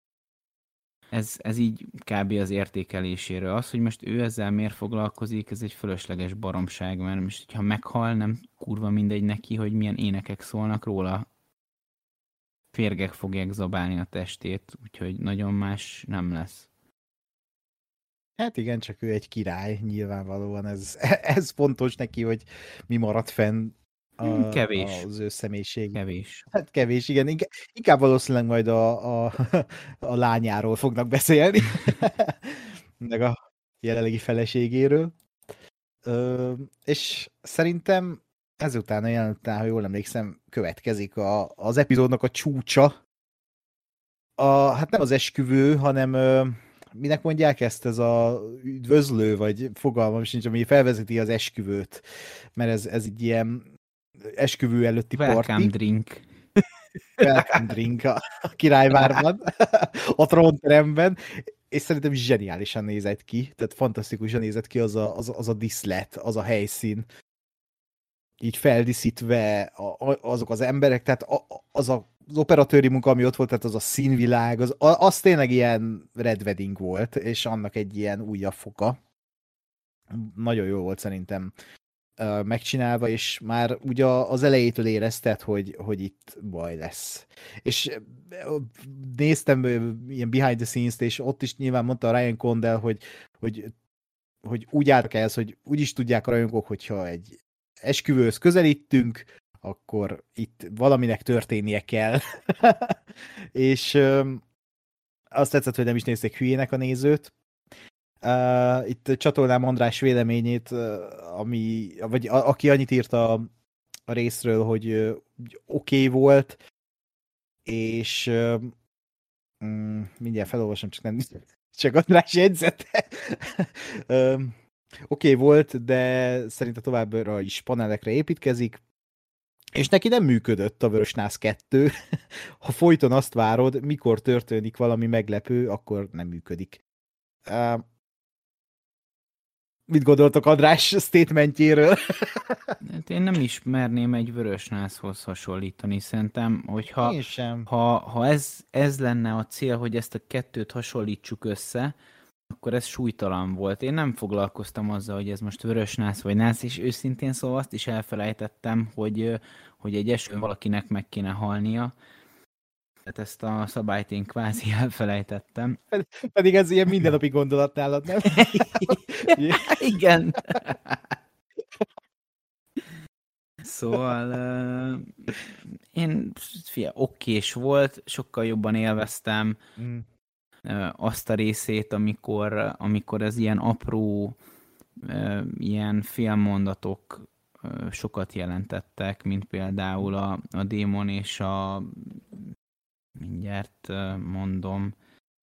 Ez így kb. Az értékeléséről. Az, hogy most ő ezzel miért foglalkozik, ez egy fölösleges baromság, mert most, ha meghal, nem kurva mindegy neki, hogy milyen énekek szólnak róla. Férgek fogják zabálni a testét, úgyhogy nagyon más nem lesz. Hát igen, csak ő egy király, nyilvánvalóan ez fontos neki, hogy mi maradt fenn Kevés. az ő személyiség. Kevés. Hát kevés, igen. Inkább valószínűleg majd a lányáról fognak beszélni, meg a jelenlegi feleségéről. És szerintem ezután a jelenet után, ha jól emlékszem, következik az epizódnak a csúcsa. Hát nem az esküvő, hanem minek mondják ezt, ez a üdvözlő, vagy fogalmam sincs, ami felvezeti az esküvőt, mert ez egy ilyen esküvő előtti parti. Welcome drink. Welcome drink a királyvárban, a trónteremben, és szerintem zseniálisan nézett ki, tehát fantasztikusan nézett ki az a diszlet, az a helyszín, így feldíszítve azok az emberek, tehát az operatőri munka, ami ott volt, tehát az a színvilág, az tényleg ilyen Red Wedding volt, és annak egy ilyen újabb foka. Nagyon jó volt szerintem megcsinálva, és már ugye az elejétől érezted, hogy itt baj lesz. És néztem ilyen behind the scenes-t, és ott is nyilván mondta a Ryan Condal, hogy úgy álltak ehhez, hogy úgy is tudják a rajongók, hogyha egy esküvőhöz közelítünk, akkor itt valaminek történnie kell. És azt tetszett, hogy nem is nézték hülyének a nézőt. Itt csatolnám András véleményét, aki annyit írt a részről, hogy oké volt, és mindjárt felolvasom, csak András jegyzete. Oké volt, de szerintem továbbra is panelekre építkezik, és neki nem működött a Vörösnász 2. Ha folyton azt várod, mikor történik valami meglepő, akkor nem működik. Mit gondoltok András statementjéről? Én nem ismerném egy Vörösnászhoz hasonlítani. Szerintem, hogyha ha ez lenne a cél, hogy ezt a kettőt hasonlítsuk össze, akkor ez súlytalan volt. Én nem foglalkoztam azzal, hogy ez most Vörösnász vagy nász, és őszintén szóval azt is elfelejtettem, hogy egy esőn valakinek meg kéne halnia. Tehát ezt a szabályt én kvázi elfelejtettem. Pedig ez ilyen mindennapi gondolat nálad, nem? Igen. Szóval én okés volt, sokkal jobban élveztem azt a részét, amikor ez ilyen apró, ilyen félmondatok sokat jelentettek, mint például a démon és a mindjárt mondom.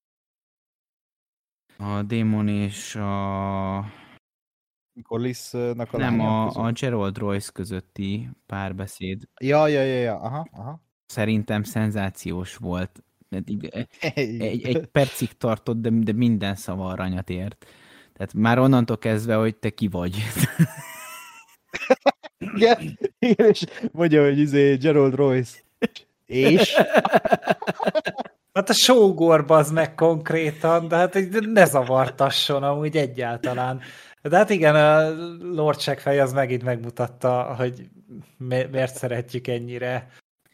A démon és a... Corlys-nak a nem, a Gerald Royce közötti párbeszéd. Ja. Aha. Szerintem szenzációs volt. Egy percig tartott, de minden szava aranyat ért. Tehát már onnantól kezdve, hogy te ki vagy. Igen, és mondja, hogy Gerald Royce. És? Hát a sógorba az meg konkrétan, de hát ne zavartasson amúgy egyáltalán. De hát igen, a Lord Checkfej az megint megmutatta, hogy miért szeretjük ennyire.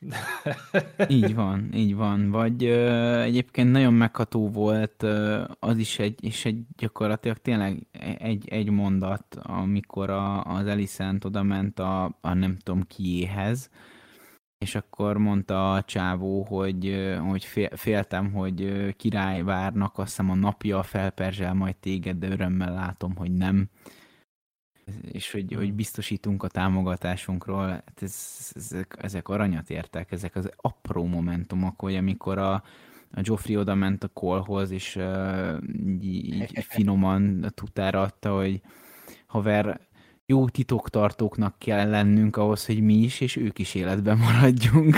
Így van. Vagy egyébként nagyon megható volt az is egy gyakorlatilag tényleg egy mondat, amikor az Alicent oda ment a nem tudom kiéhez, és akkor mondta a csávó, hogy féltem, hogy király várnak, azt hiszem a napja felperzsel majd téged, de örömmel látom, hogy nem. És hogy biztosítunk a támogatásunkról. Hát ezek aranyat értek, ezek az apró momentumok, hogy amikor a Joffrey oda ment a Cole-hoz, és így finoman tutára adta, hogy haver, jó titoktartóknak kell lennünk ahhoz, hogy mi is, és ők is életben maradjunk.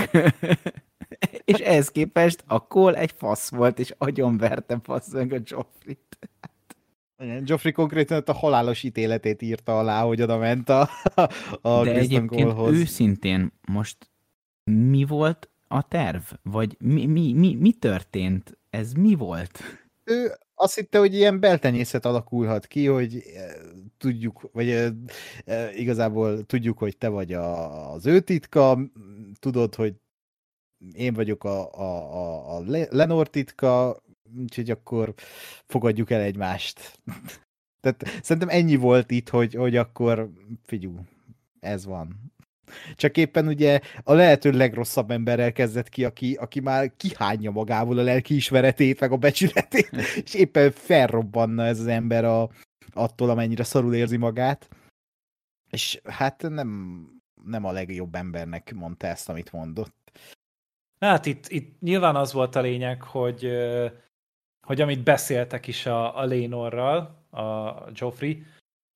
És ehhez képest a Cole egy fasz volt, és agyonverte meg a Joffrey-t. Joffrey konkrétan a halálos ítéletét írta alá, hogy oda ment a de egyébként őszintén most mi volt a terv? Vagy mi történt? Ez mi volt? Ő azt hitte, hogy ilyen beltenyészet alakulhat ki, hogy tudjuk, vagy igazából tudjuk, hogy te vagy az ő titka, tudod, hogy én vagyok a Lenor titka, úgyhogy akkor fogadjuk el egymást. Tehát szerintem ennyi volt itt, hogy akkor figyú, ez van. Csak éppen ugye a lehető legrosszabb emberrel kezdett ki, aki már kihányja magából a lelkiismeretét, meg a becsületét, és éppen felrobbanna ez az ember attól, amennyire szarul érzi magát. És hát nem a legjobb embernek mondta ezt, amit mondott. Hát itt nyilván az volt a lényeg, hogy amit beszéltek is a Lénorral, a Joffrey,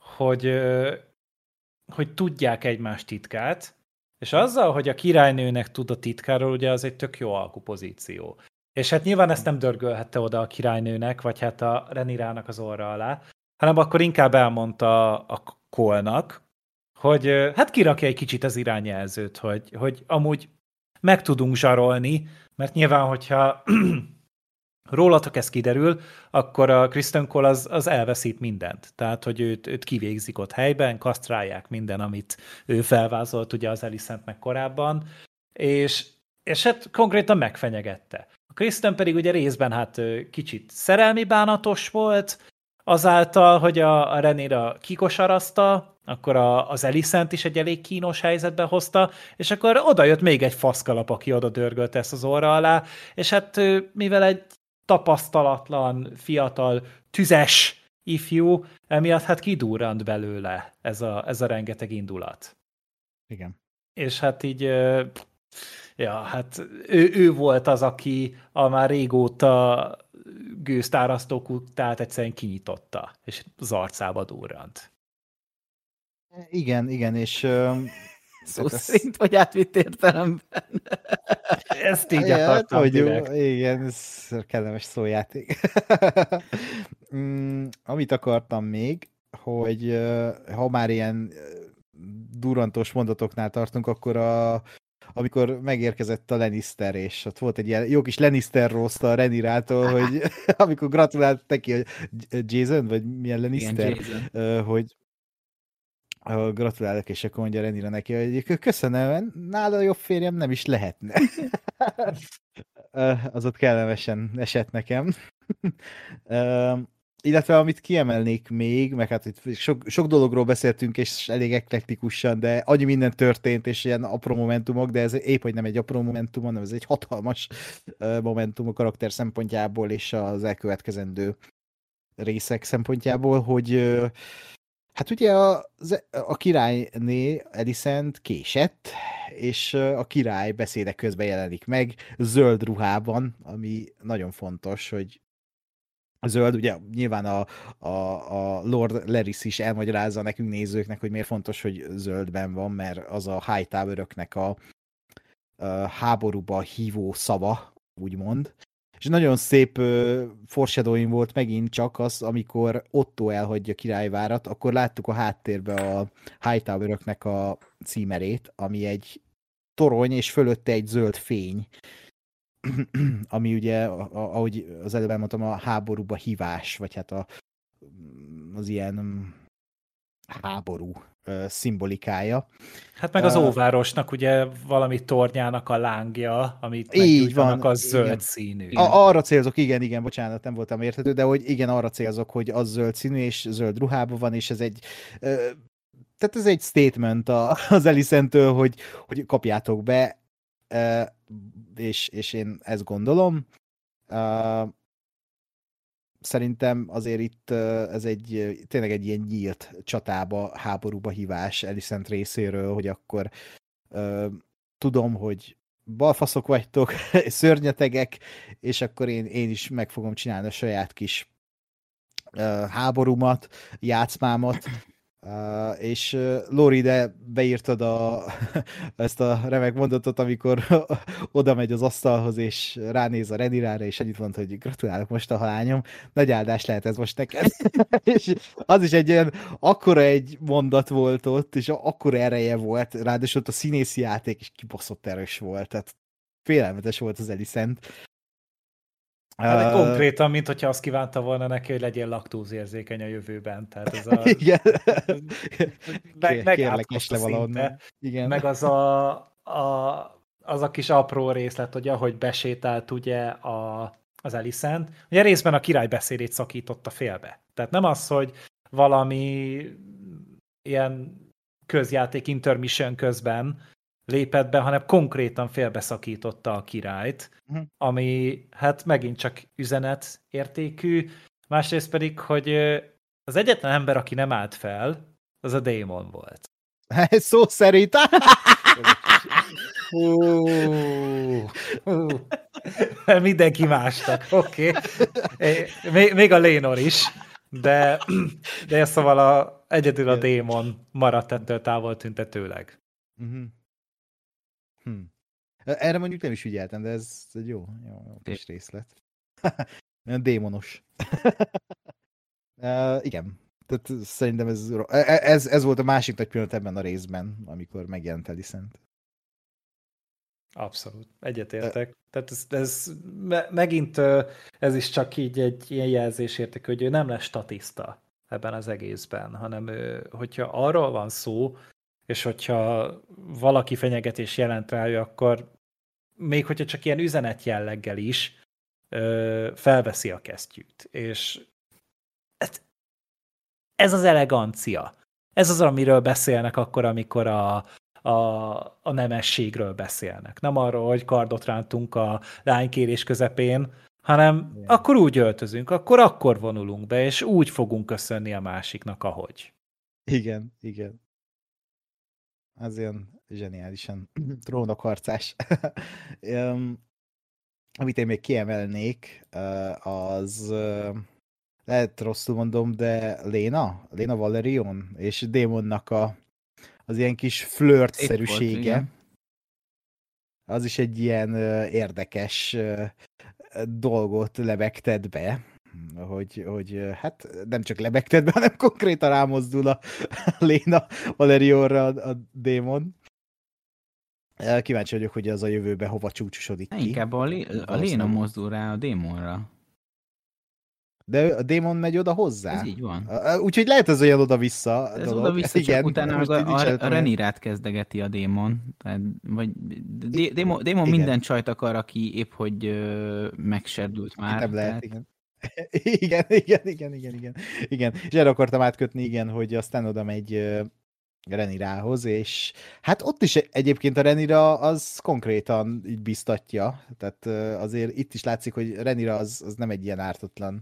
hogy tudják egymás titkát, és azzal, hogy a királynőnek tud a titkáról, ugye az egy tök jó alkupozíció. És hát nyilván ezt nem dörgölhette oda a királynőnek, vagy hát a Renirának az orra alá, hanem akkor inkább elmondta a Cole-nak, hogy hát kirakja egy kicsit az irányjelzőt, hogy amúgy meg tudunk zsarolni, mert nyilván, hogyha rólatok ez kiderül, akkor a Kristen Cole az elveszít mindent. Tehát, hogy őt kivégzik ott helyben, kasztrálják minden, amit ő felvázolt ugye az Alicentnek korábban, és hát konkrétan megfenyegette. A Kristen pedig ugye részben hát kicsit szerelmi bánatos volt, azáltal, hogy a Rhaenyra kikosarazta, akkor az Alicent is egy elég kínos helyzetbe hozta, és akkor oda jött még egy faszkalap, aki oda dörgölt ezt az orra alá, és hát mivel egy tapasztalatlan, fiatal, tüzes ifjú, emiatt hát kidurrant belőle ez a rengeteg indulat. Igen. És hát így, ja, hát ő volt az, aki a már régóta gőztárasztó kuttát egyszerűen kinyitotta, és az arcába durrant. Igen, és... Szó szerint, vagy átvitt értelemben. Ezt így akartam direkt. Igen, ez kellemes szójáték. Amit akartam még, hogy ha már ilyen durrantós mondatoknál tartunk, akkor amikor megérkezett a Lannister, és ott volt egy ilyen jó kis Lannister roast a Rhaenyrától, hogy amikor gratulált neki a Jason, vagy milyen Lannister, igen, hogy gratulálok, és akkor mondja Rhaenyra neki, hogy köszönöm, nála jobb férjem nem is lehetne. Az ott kellemesen esett nekem. Illetve amit kiemelnék még, meg hát itt sok dologról beszéltünk, és elég eklektikusan, de annyi minden történt, és ilyen apró momentumok, de ez épp, hogy nem egy apró momentum, hanem ez egy hatalmas momentum a karakter szempontjából, és az elkövetkezendő részek szempontjából, hogy hát ugye a királyné Alicent késett, és a király beszéde közben jelenik meg zöld ruhában, ami nagyon fontos, hogy a zöld, ugye nyilván a Lord Larys is elmagyarázza nekünk nézőknek, hogy miért fontos, hogy zöldben van, mert az a Hightoweröknek a háborúba hívó szava, úgymond. És nagyon szép foreshadowing volt megint csak az, amikor Otto elhagyja királyvárat, akkor láttuk a háttérbe a Hightoweröknek a címerét, ami egy torony, és fölötte egy zöld fény, ami ugye, ahogy az előbb elmondtam, a háborúba hívás, vagy hát az ilyen háború szimbolikája. Hát meg az óvárosnak ugye valami tornyának a lángja, amit így van, az zöld igen. színű. Arra célzok, igen, bocsánat, nem voltam érthető, de hogy igen, arra célzok, hogy az zöld színű, és zöld ruhában van, és ez egy tehát ez egy statement az Alicent-től, hogy kapjátok be, és én ezt gondolom. Szerintem azért itt ez tényleg egy ilyen nyílt csatába, háborúba hívás Alicent részéről, hogy akkor tudom, hogy balfaszok vagytok, szörnyetegek, és akkor én is meg fogom csinálni a saját kis háborúmat, játszmámat, és Lóri, de beírtad ezt a remek mondatot, amikor oda megy az asztalhoz, és ránéz a Rhaenyrára, és annyit mond, hogy gratulálok most a halányom, nagy áldás lehet ez most neked. És az is egy ilyen, akkora egy mondat volt ott, és akkora ereje volt, ráadásul ott a színészi játék is kibaszott erős volt, tehát félelmetes volt az Alicent. Hát konkrétan, mint hogyha azt kívánta volna neki, hogy legyél laktózérzékeny a jövőben. Tehát ez a... Igen. Kérlek, le valahonnan. Igen. Meg az a kis apró részlet, hogy ahogy besétált ugye az Alicent, ugye részben a király beszédét szakította félbe. Tehát nem az, hogy valami ilyen közjáték intermission közben lépett be, hanem konkrétan félbeszakította a királyt, ami hát megint csak üzenet értékű, másrészt pedig, hogy az egyetlen ember, aki nem állt fel, az a Daemon volt. Szó szerint! Mindenki másnak, oké. Még a Lénor is, de szóval egyedül a Daemon maradt ettől távol tüntetőleg. Erre mondjuk nem is ügyeltem, de ez egy jó kis részlet. Olyan démonos. Igen. Tehát szerintem ez volt a másik nagy pillanat ebben a részben, amikor megjelent Alicent. Abszolút. Egyetértek. Tehát megint ez is csak így egy ilyen jelzés érték, hogy ő nem lesz statiszta ebben az egészben, hanem hogyha arról van szó, és hogyha valaki fenyegetés jelent rájuk, akkor még hogyha csak ilyen üzenet jelleggel is felveszi a kesztyűt. És ez az elegancia. Ez az, amiről beszélnek akkor, amikor a nemességről beszélnek. Nem arról, hogy kardot rántunk a lánykérés közepén, hanem akkor úgy öltözünk, akkor vonulunk be, és úgy fogunk köszönni a másiknak, ahogy. Igen, igen. Az ilyen zseniálisan trónokharcás. Amit én még kiemelnék, az lehet rosszul mondom, de Léna Valerion és Démonnak az ilyen kis flört-szerűsége. Az is egy ilyen érdekes dolgot lebegtet be, hogy hát nem csak lebegtet be, hanem konkrétan rámozdul a Léna Valerionra a démon. Kíváncsi vagyok, hogy az a jövőben hova csúcsosodik ki. Inkább a Léna mozdul rá a démonra. De a démon megy oda hozzá. Ez így van. Úgyhogy lehet ez olyan oda-vissza. Ez oda-vissza, csak utána a Renirát kezdegeti a démon. Tehát, vagy démon minden csajt akar, aki épp hogy megserdült már. Nem lehet, igen. Igen. És erre akartam átkötni, igen, hogy aztán oda megy Renirához, és hát ott is egyébként a Renira az konkrétan így biztatja, tehát azért itt is látszik, hogy Renira az nem egy ilyen ártatlan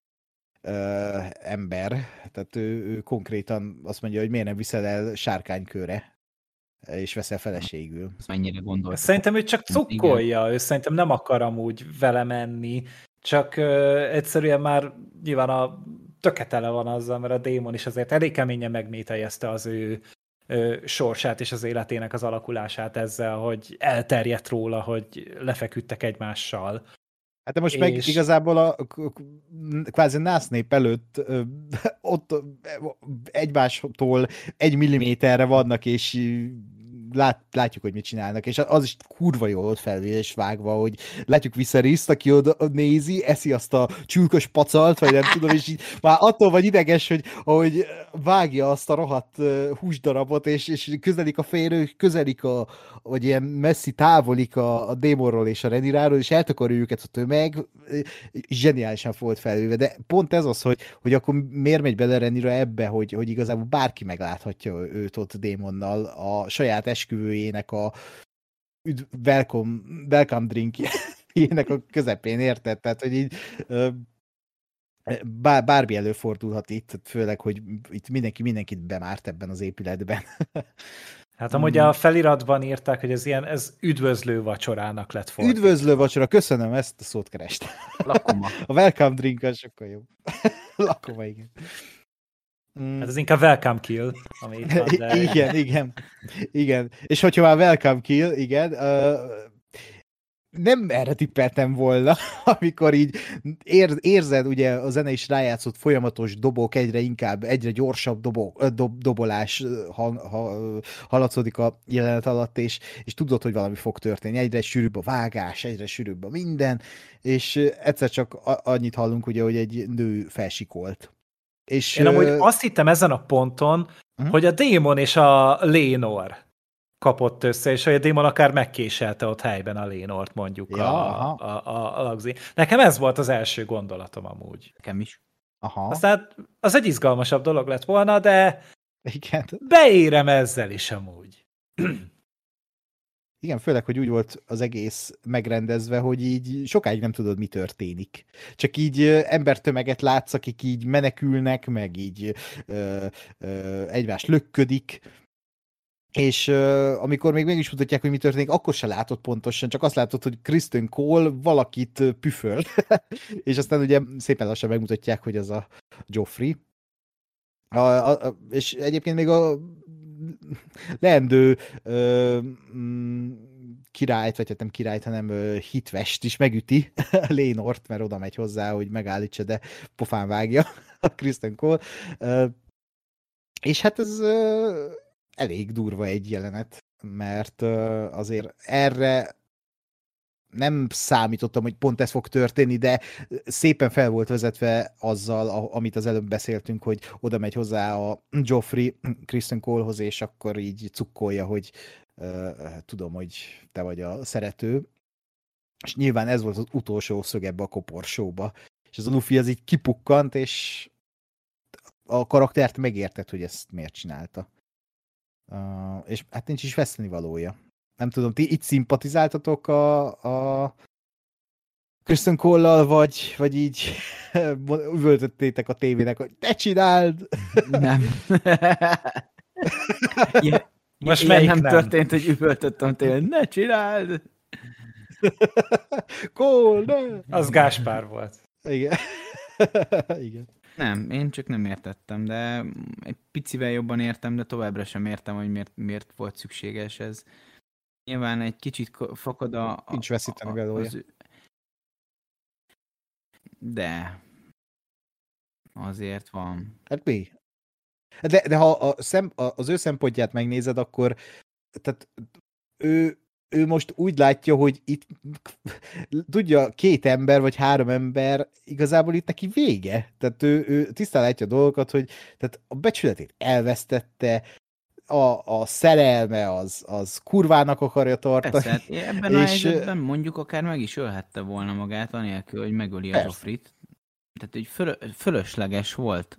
ember, tehát ő konkrétan azt mondja, hogy miért nem viszel el sárkánykőre, és veszel feleségül. Ezt mennyire gondolt? Szerintem ő csak cukkolja, ő szerintem nem akar amúgy vele menni, csak egyszerűen már nyilván a töketele van azzal, mert a démon is azért elég keményen megmételjezte az ő sorsát és az életének az alakulását ezzel, hogy elterjedt róla, hogy lefeküdtek egymással. Hát de most meg igazából a kvázi násznép előtt ott egymástól 1 milliméterre vannak, és látjuk, hogy mit csinálnak, és az is kurva jól ott felvéve és vágva, hogy látjuk Viseryszt, aki oda nézi, eszi azt a csülkös pacalt, vagy nem tudom, és így már attól vagy ideges, hogy vágja azt a rohadt húsdarabot, és közelik a férők, vagy ilyen messzi távolik a démonról és a Reniráról, és eltakarja őket a tömeg, zseniálisan volt felvéve, de pont ez az, hogy akkor miért megy bele Renira ebbe, hogy igazából bárki megláthatja őt ott démonnal a saját esküvőjének a welcome drinkjének a közepén, érted? Tehát, hogy így bármi előfordulhat itt, főleg, hogy itt mindenkit bemárt ebben az épületben. Hát amúgy a feliratban írták, hogy ez üdvözlő vacsorának lett fordítva. Üdvözlő vacsora, köszönöm, ezt a szót kerestem. Lakoma. A welcome drink az sokkal jobb. Lakoma, igen. Hát ez inkább welcome kill, ami itt van, de... Igen. És hogyha már welcome kill, igen, nem erre tippeltem volna, amikor így érzed, ugye a zene is rájátszott folyamatos dobok, egyre gyorsabb dobolás hallatszódik a jelenet alatt, és tudod, hogy valami fog történni. Egyre sűrűbb a vágás, egyre sűrűbb a minden, és egyszer csak annyit hallunk, ugye, hogy egy nő felsikolt. És, én amúgy azt hittem ezen a ponton, hogy a démon és a Lénor kapott össze, és hogy a démon akár megkéselte ott helyben a Lénort, mondjuk a lagzi. Nekem ez volt az első gondolatom amúgy. Nekem is. Aha. Aztán az egy izgalmasabb dolog lett volna, de igen. Beérem ezzel is amúgy. Igen, főleg, hogy úgy volt az egész megrendezve, hogy így sokáig nem tudod, mi történik. Csak így embertömeget látsz, akik így menekülnek, meg így egymást lökködik, és amikor még mégis mutatják, hogy mi történik, akkor se látod pontosan, csak azt látod, hogy Kristen Cole valakit püföl. És aztán ugye szépen lassan megmutatják, hogy az a Joffrey. És egyébként még a leendő királyt, vagy hát nem királyt, hanem hitvest is megüti Lénort, mert oda megy hozzá, hogy megállítsa, de pofán vágja a Kristen Cole. És hát ez elég durva egy jelenet, mert azért erre nem számítottam, hogy pont ez fog történni, de szépen fel volt vezetve azzal, amit az előbb beszéltünk, hogy oda megy hozzá a Joffrey Kristen Colehoz, és akkor így cukkolja, hogy tudom, hogy te vagy a szerető. És nyilván ez volt az utolsó szög ebbe a koporsóba. És az a Luffy az így kipukkant, és a karaktert megértett, hogy ezt miért csinálta. És hát nincs is vesztenivalója. Nem tudom, ti itt szimpatizáltatok a Kristen Cole-lal, vagy így üvöltöttétek a tévének, hogy ne csináld! Nem. Most melyik nem nem történt, hogy üvöltöttem tényleg, ne csináld! Cole, ne! Az Gáspár volt. Igen. Igen. Nem, én csak nem értettem, de egy picivel jobban értem, de továbbra sem értem, hogy miért volt szükséges ez. Nyilván egy kicsit fakad Nincs veszíteni valója. De azért van. Hát mi? De ha az ő szempontját megnézed, akkor tehát ő most úgy látja, hogy itt tudja, 2 ember vagy 3 ember, igazából itt neki vége. Tehát ő tisztán látja a dolgokat, hogy tehát a becsületét elvesztette, a szerelme az kurvának akarja tartani. Persze, hát ebben a helyzetben mondjuk akár meg is ölhette volna magát, anélkül, hogy megöli a Joffreyt. Tehát, hogy fölösleges volt.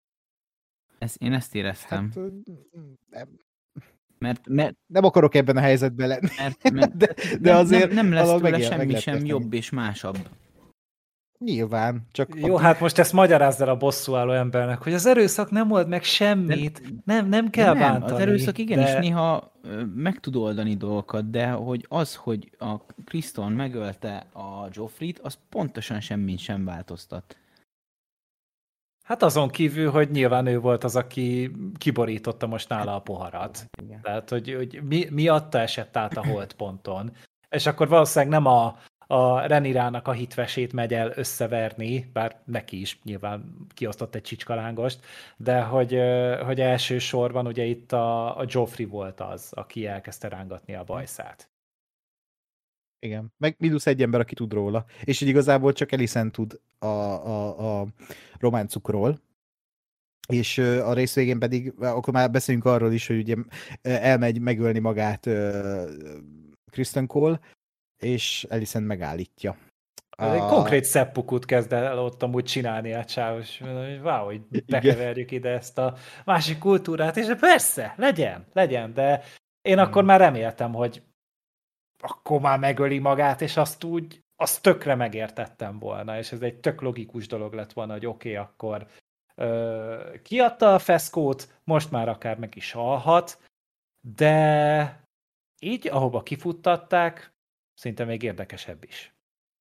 Én ezt éreztem. Hát, mert nem akarok ebben a helyzetben lenni. De azért nem lesz tőle semmi sem jobb és másabb. Nyilván. Csak jó, hát most ezt magyarázz el a bosszúálló embernek, hogy az erőszak nem old meg semmit, nem kell bántani. Az erőszak igenis néha meg tud oldani dolgokat, de hogy a Kristen megölte a Joffreyt, az pontosan semmit sem változtat. Hát azon kívül, hogy nyilván ő volt az, aki kiborította most nála a poharat. Igen. Tehát, hogy miatta esett át a holdponton. És akkor valószínűleg nem a Renirának a hitvesét megy el összeverni, bár neki is nyilván kiosztott egy csicskalángost, de hogy elsősorban ugye itt a Joffrey volt az, aki elkezdte rángatni a bajszát. Igen, meg mínusz egy ember, aki tud róla. És így igazából csak Alicent tud a románcukról. És a rész végén pedig, akkor már beszéljünk arról is, hogy ugye elmegy megölni magát Kristen Cole, és Alicent megállítja. Egy konkrét szeppukut kezd el ott amúgy csinálni a csávos, hogy wow, hogy bekeverjük ide ezt a másik kultúrát, és persze, legyen, de én akkor már reméltem, hogy akkor már megöli magát, és azt tökre megértettem volna, és ez egy tök logikus dolog lett volna, hogy oké, akkor kiadta a feszkót, most már akár meg is halhat, de így, ahova kifuttatták, szinte még érdekesebb is.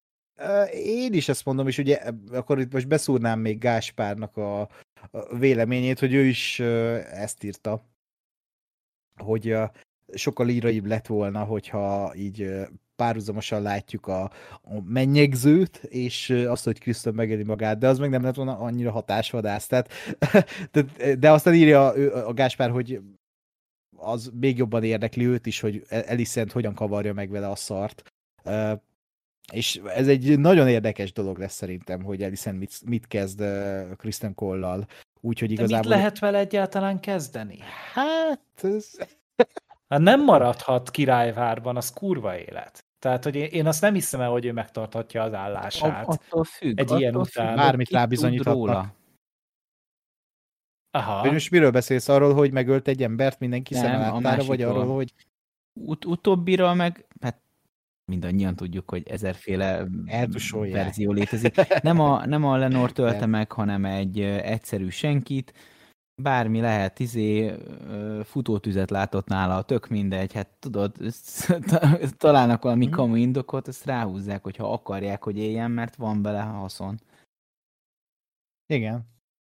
Én is ezt mondom, és ugye akkor itt most beszúrnám még Gáspárnak a véleményét, hogy ő is ezt írta, hogy sokkal íraibb lett volna, hogyha így párhuzamosan látjuk a mennyegzőt, és azt, hogy Kristen megöli magát, de az meg nem lett volna annyira hatásvadász. De aztán írja a Gáspár, hogy az még jobban érdekli őt is, hogy Alicent hogyan kavarja meg vele a szart. És ez egy nagyon érdekes dolog lesz szerintem, hogy Alicent mit kezd Kristen Cole-lal. Úgyhogy igazából... De mit lehet vele egyáltalán kezdeni? Hát... Hát nem maradhat Királyvárban, az kurva élet. Tehát, hogy én azt nem hiszem el, hogy ő megtarthatja az állását. Attól függ. Egy ilyen után. Bármit rábizonyíthatnak. Aha. Hogy most miről beszélsz? Arról, hogy megölt egy embert mindenki szemelátára, vagy arról, hogy... Utóbbira meg, hát mindannyian tudjuk, hogy 1000-féle verzió létezik. Nem a Lenore ölte meg, hanem egy egyszerű senkit. Bármi lehet, futótüzet látott nála, tök mindegy, hát tudod, találnak valami kamu indokot, ezt ráhúzzák, hogyha akarják, hogy éljen, mert van vele haszon. Igen.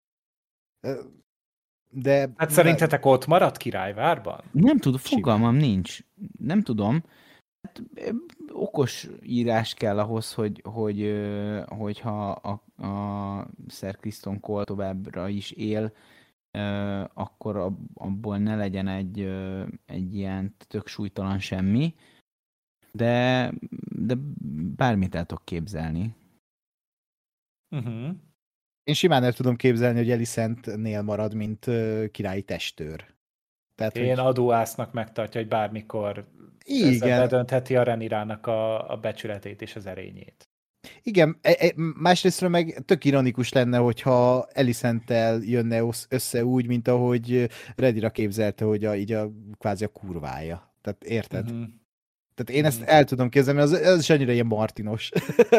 De... Hát szerintetek ott maradt Királyvárban? Nem tudom, fogalmam nincs. Nem tudom. Hát, okos írás kell ahhoz, hogyha a Sir Kristen Cole továbbra is él, akkor abból ne legyen egy ilyen tök súlytalan semmi. De bármit el tudok képzelni. Én simán el tudom képzelni, hogy Alicentnél marad, mint királyi testőr. Tehát, én adóásznak megtartja, hogy bármikor igen. bedöntheti a Renirának a becsületét és az erényét. Igen, másrésztről meg tök ironikus lenne, hogyha Alicenttel jönne össze úgy, mint ahogy Rhaenyra képzelte, hogy így kvázi a kurvája. Tehát érted? Tehát én ezt el tudom képzelni, az is annyira ilyen martinos,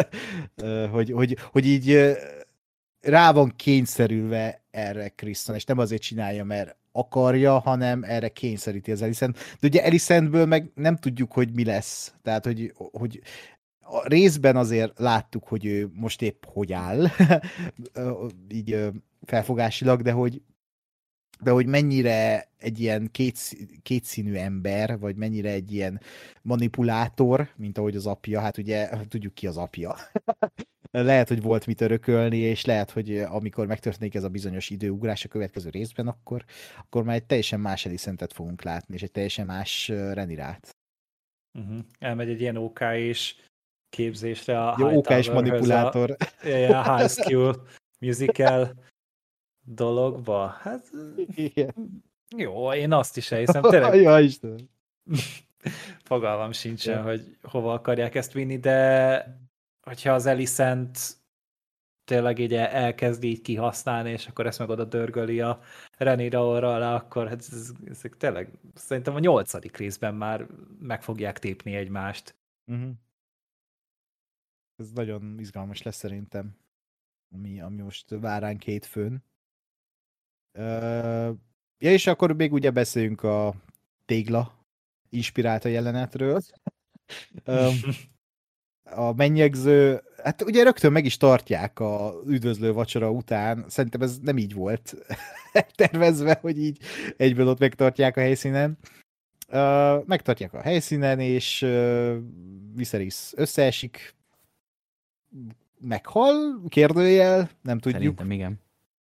hogy így rá van kényszerülve erre Criston, és nem azért csinálja, mert akarja, hanem erre kényszeríti az Alicent. De ugye Alicentből meg nem tudjuk, hogy mi lesz. Tehát, hogy a részben azért láttuk, hogy ő most épp hogy áll, így felfogásilag, de hogy mennyire egy ilyen kétszínű ember, vagy mennyire egy ilyen manipulátor, mint ahogy az apja, hát ugye tudjuk ki az apja. Lehet, hogy volt mit örökölni, és lehet, hogy amikor megtörténik ez a bizonyos időugrás a következő részben, akkor már egy teljesen más Alicentet fogunk látni, és egy teljesen más Rhaenyrát. Elmegy egy ilyen OK és képzésre a OK és manipulátor. A High School Musical dologba. Hát igen. Jó, én azt is elhiszem. Tényleg Ja, Isten. fogalmam sincsen, hogy hova akarják ezt vinni, de hogyha az Alicent tényleg így elkezdi így kihasználni, és akkor ezt meg oda dörgöli a Rhaenyra alá, akkor hát ez tényleg szerintem a 8. részben már meg fogják tépni egymást. Ez nagyon izgalmas lesz szerintem, ami most vár ránk hétfőn. Ja, és akkor még ugye beszéljünk a tégla inspirálta jelenetről. A mennyegző, hát ugye rögtön meg is tartják a üdvözlő vacsora után. Szerintem ez nem így volt tervezve, hogy így egyből ott megtartják a helyszínen. Megtartják a helyszínen, és Viserys összeesik, meghal, kérdőjel, nem tudjuk. Szerintem igen.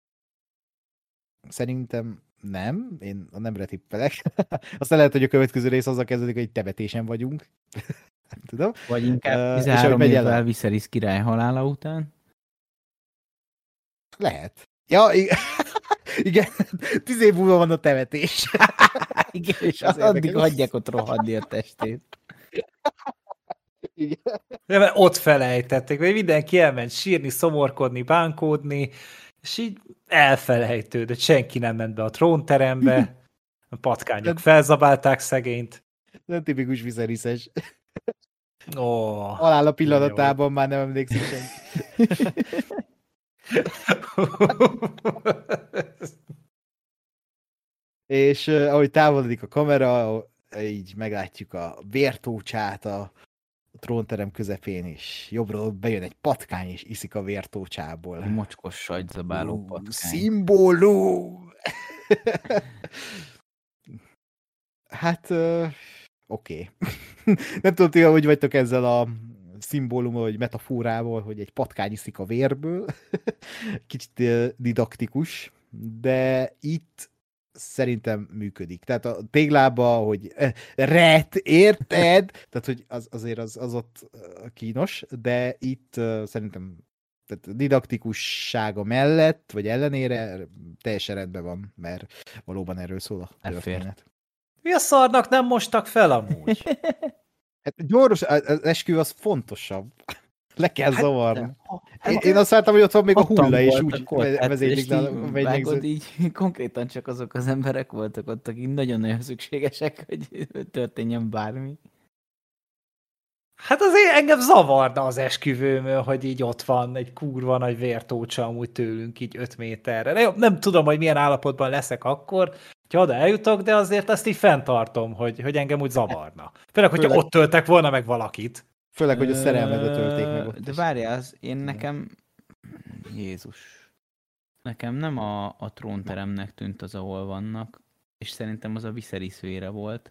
Szerintem nem, én a nemre tippelek. Aztán lehet, hogy a következő rész azzal kezdődik, hogy temetésen vagyunk. Nem tudom. Vagy inkább 13 évvel Viserys király halála után. Lehet. Ja, igen. 10 év múlva van a temetés. Igen, és addig hagyják ott rohadni a testét. Igen. De ott felejtették, hogy mindenki elment sírni, szomorkodni, bánkódni, és így elfelejtődött, senki nem ment be a trónterembe, a patkányok felzabálták szegényt. Nem tipikus Viserys-es. Halál a pillanatában már nem emlékszik senki. És ahogy távolodik a kamera, így meglátjuk a vértócsát a trónterem közepén, és jobbról bejön egy patkány, és iszik a vértócsából. Mocskos sajtzabáló patkány. Szimbólum! Hát, oké. Nem tudom, ti hogy vagytok ezzel a szimbólummal, vagy metaforával, hogy egy patkány iszik a vérből. Kicsit didaktikus, de itt szerintem működik. Tehát a téglába, hogy érted? Tehát, hogy azért az ott kínos, de itt szerintem tehát didaktikussága mellett, vagy ellenére teljesen rendben van, mert valóban erről szól a történet. Mi a szarnak nem mostak fel amúgy? Hát gyors, az eskü az fontosabb. Le kell zavarni. Én azt láttam, hogy ott van még a hulla, és úgy vezénylik le a mennyegzőt. Így konkrétan csak azok az emberek voltak ott, akik nagyon-nagyon szükségesek, hogy történjen bármi. Hát azért engem zavarna az esküvőmön, hogy így ott van egy kurva nagy vértócsa amúgy tőlünk így 5 méterre. Nem tudom, hogy milyen állapotban leszek akkor, ha oda eljutok, de azért ezt így fenntartom, hogy engem úgy zavarna. Főleg, hogyha ott töltek volna meg valakit. Főleg, hogy a szerelmedet tölték meg ott. De várjál, én nekem... Jézus. Nekem nem a trónteremnek tűnt az, ahol vannak, és szerintem az a Viserys vére volt.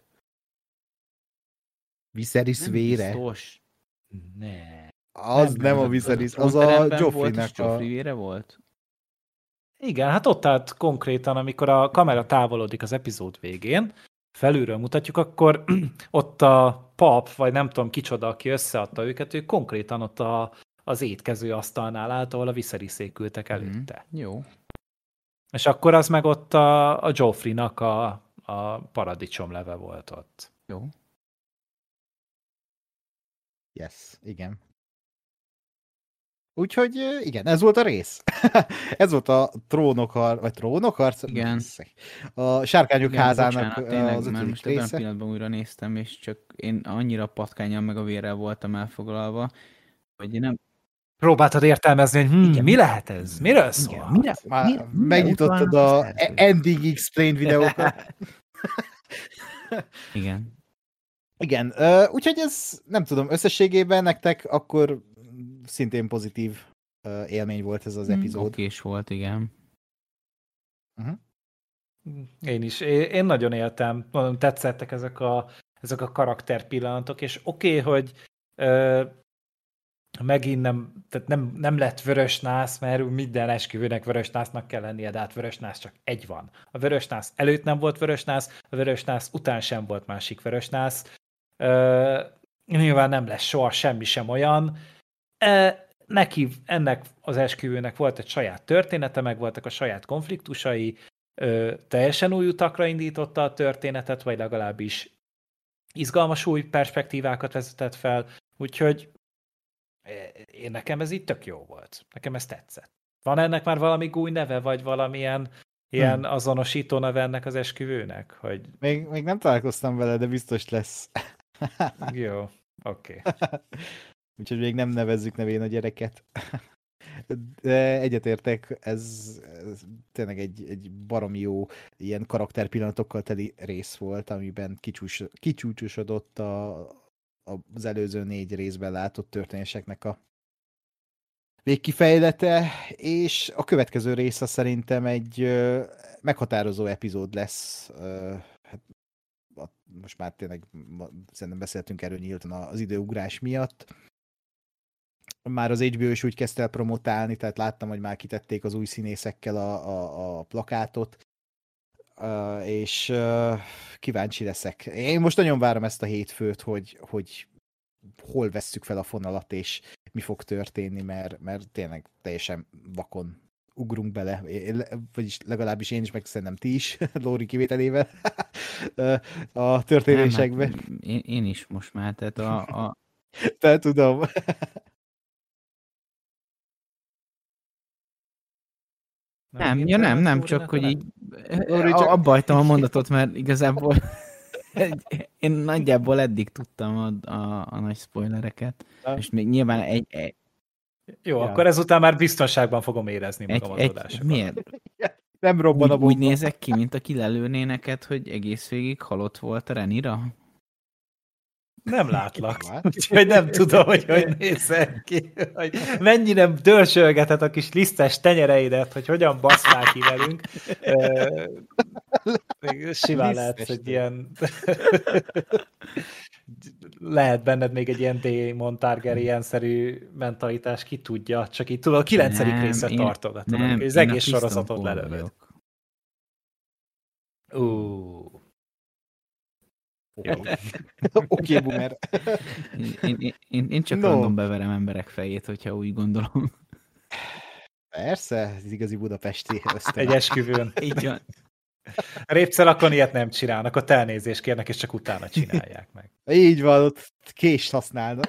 Viserys vére? Biztos. Ne. Az nem a Viserys, az a Joffrey-nek a... vére volt? Igen, hát ott állt konkrétan, amikor a kamera távolodik az epizód végén, felülről mutatjuk, akkor ott a pap, vagy nem tudom kicsoda, aki összeadta őket, ő konkrétan ott az étkező asztalnál állt, ahol a viszeriszék ültek előtte. Jó. És akkor az meg ott a Joffrey-nak a paradicsomleve volt ott. Jó. Yes, igen. Úgyhogy igen, ez volt a rész. Ez volt a trónokharc? Igen. A Sárkányok Igen, házának bocsánat, tényleg, az mert 5. most ebben a része. pillanatban újra néztem, és csak én annyira patkányan meg a vérrel voltam elfoglalva, hogy én nem... Próbáltad értelmezni, hogy mi lehet ez? Miről szól? Már megnyitottad a Ending Explained videókat. Igen. Igen, úgyhogy ez nem tudom, összességében nektek akkor szintén pozitív élmény volt ez az epizód. Okés volt, igen. Én is. Én nagyon éltem. Tetszettek ezek a karakter pillanatok, és oké, hogy megint nem lett vörös nász, mert minden esküvőnek vörös násznak kell lennie, de hát vörös nász csak egy van. A vörös nász előtt nem volt vörös nász, a vörös nász után sem volt másik vörös nász. Nyilván nem lesz soha semmi sem olyan. Neki, ennek az esküvőnek volt egy saját története, meg voltak a saját konfliktusai, teljesen új utakra indította a történetet, vagy legalábbis izgalmas új perspektívákat vezetett fel, úgyhogy nekem ez így tök jó volt. Nekem ez tetszett. Van ennek már valami új neve, vagy valamilyen ilyen azonosító neve ennek az esküvőnek? Hogy... Még nem találkoztam vele, de biztos lesz. Jó, oké. Úgyhogy még nem nevezzük nevén a gyereket. De egyetértek, ez tényleg egy baromi jó ilyen karakterpillanatokkal teli rész volt, amiben kicsúcsosodott az előző 4 részben látott történéseknek a végkifejlete, és a következő része szerintem egy meghatározó epizód lesz. Hát, most már tényleg szerintem beszéltünk erről nyíltan az időugrás miatt. Már az HBO is úgy kezdte el promotálni, tehát láttam, hogy már kitették az új színészekkel a plakátot, és kíváncsi leszek. Én most nagyon várom ezt a hétfőt, hogy hol vesszük fel a fonalat, és mi fog történni, mert tényleg teljesen vakon ugrunk bele, vagyis legalábbis én is, meg szerintem ti is, Lóri kivételével a történésekbe. Én is most már, tehát Te tudom. Nem, csak hogy így abba hagytam a mondatot, mert igazából én nagyjából eddig tudtam a nagy spoilereket, és még nyilván Jó, akkor ezután már biztonságban fogom érezni magam az adásokat. Miért? Nem robban a bomba. Úgy nézek ki, mint aki lelőné neked, hogy egész végig halott volt a Renira? Nem látlak, úgyhogy nem tudom, hogy nézek ki, hogy mennyire dörzsölgeted a kis lisztes tenyereidet, hogy hogyan basztál ki velünk. Simán lehetsz egy ilyen... Lehet benned még egy ilyen Daemon Targaryen-szerű mentalitás, ki tudja, csak így tudod, a 9. részre tartogat, hogy az egész sorozatot lelövöd. Oké, boomer. Én csak random beverem emberek fejét, hogyha úgy gondolom. Persze, ez igazi budapesti Egy esküvőn. Így van. A Répcelakon ilyet nem csinálnak, ott elnézést kérnek, és csak utána csinálják meg. Így van, ott kést használnak.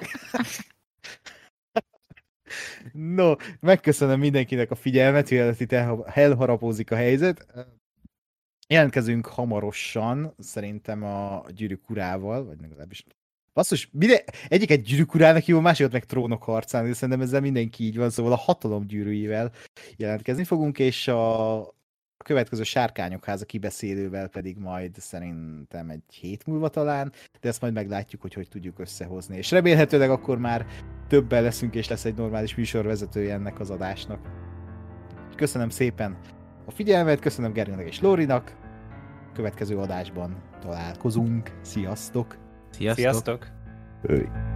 No, megköszönöm mindenkinek a figyelmet, hogy itt elharapózik a helyzet. Jelentkezünk hamarosan, szerintem a Gyűrűk urával, vagy legalábbis... Basszus, egyiket Gyűrűk urának hívom, másikat meg Trónok harcán, de szerintem ezzel mindenki így van, szóval a hatalom gyűrűivel jelentkezni fogunk, és a következő Sárkányok háza kibeszélővel pedig majd szerintem egy hét múlva talán, de ezt majd meglátjuk, hogy tudjuk összehozni. És remélhetőleg akkor már többen leszünk, és lesz egy normális műsorvezetője ennek az adásnak. Köszönöm szépen a figyelmet, köszönöm Gergőnek és Lórinak. Következő adásban találkozunk. Sziasztok! Sziasztok! Sziasztok.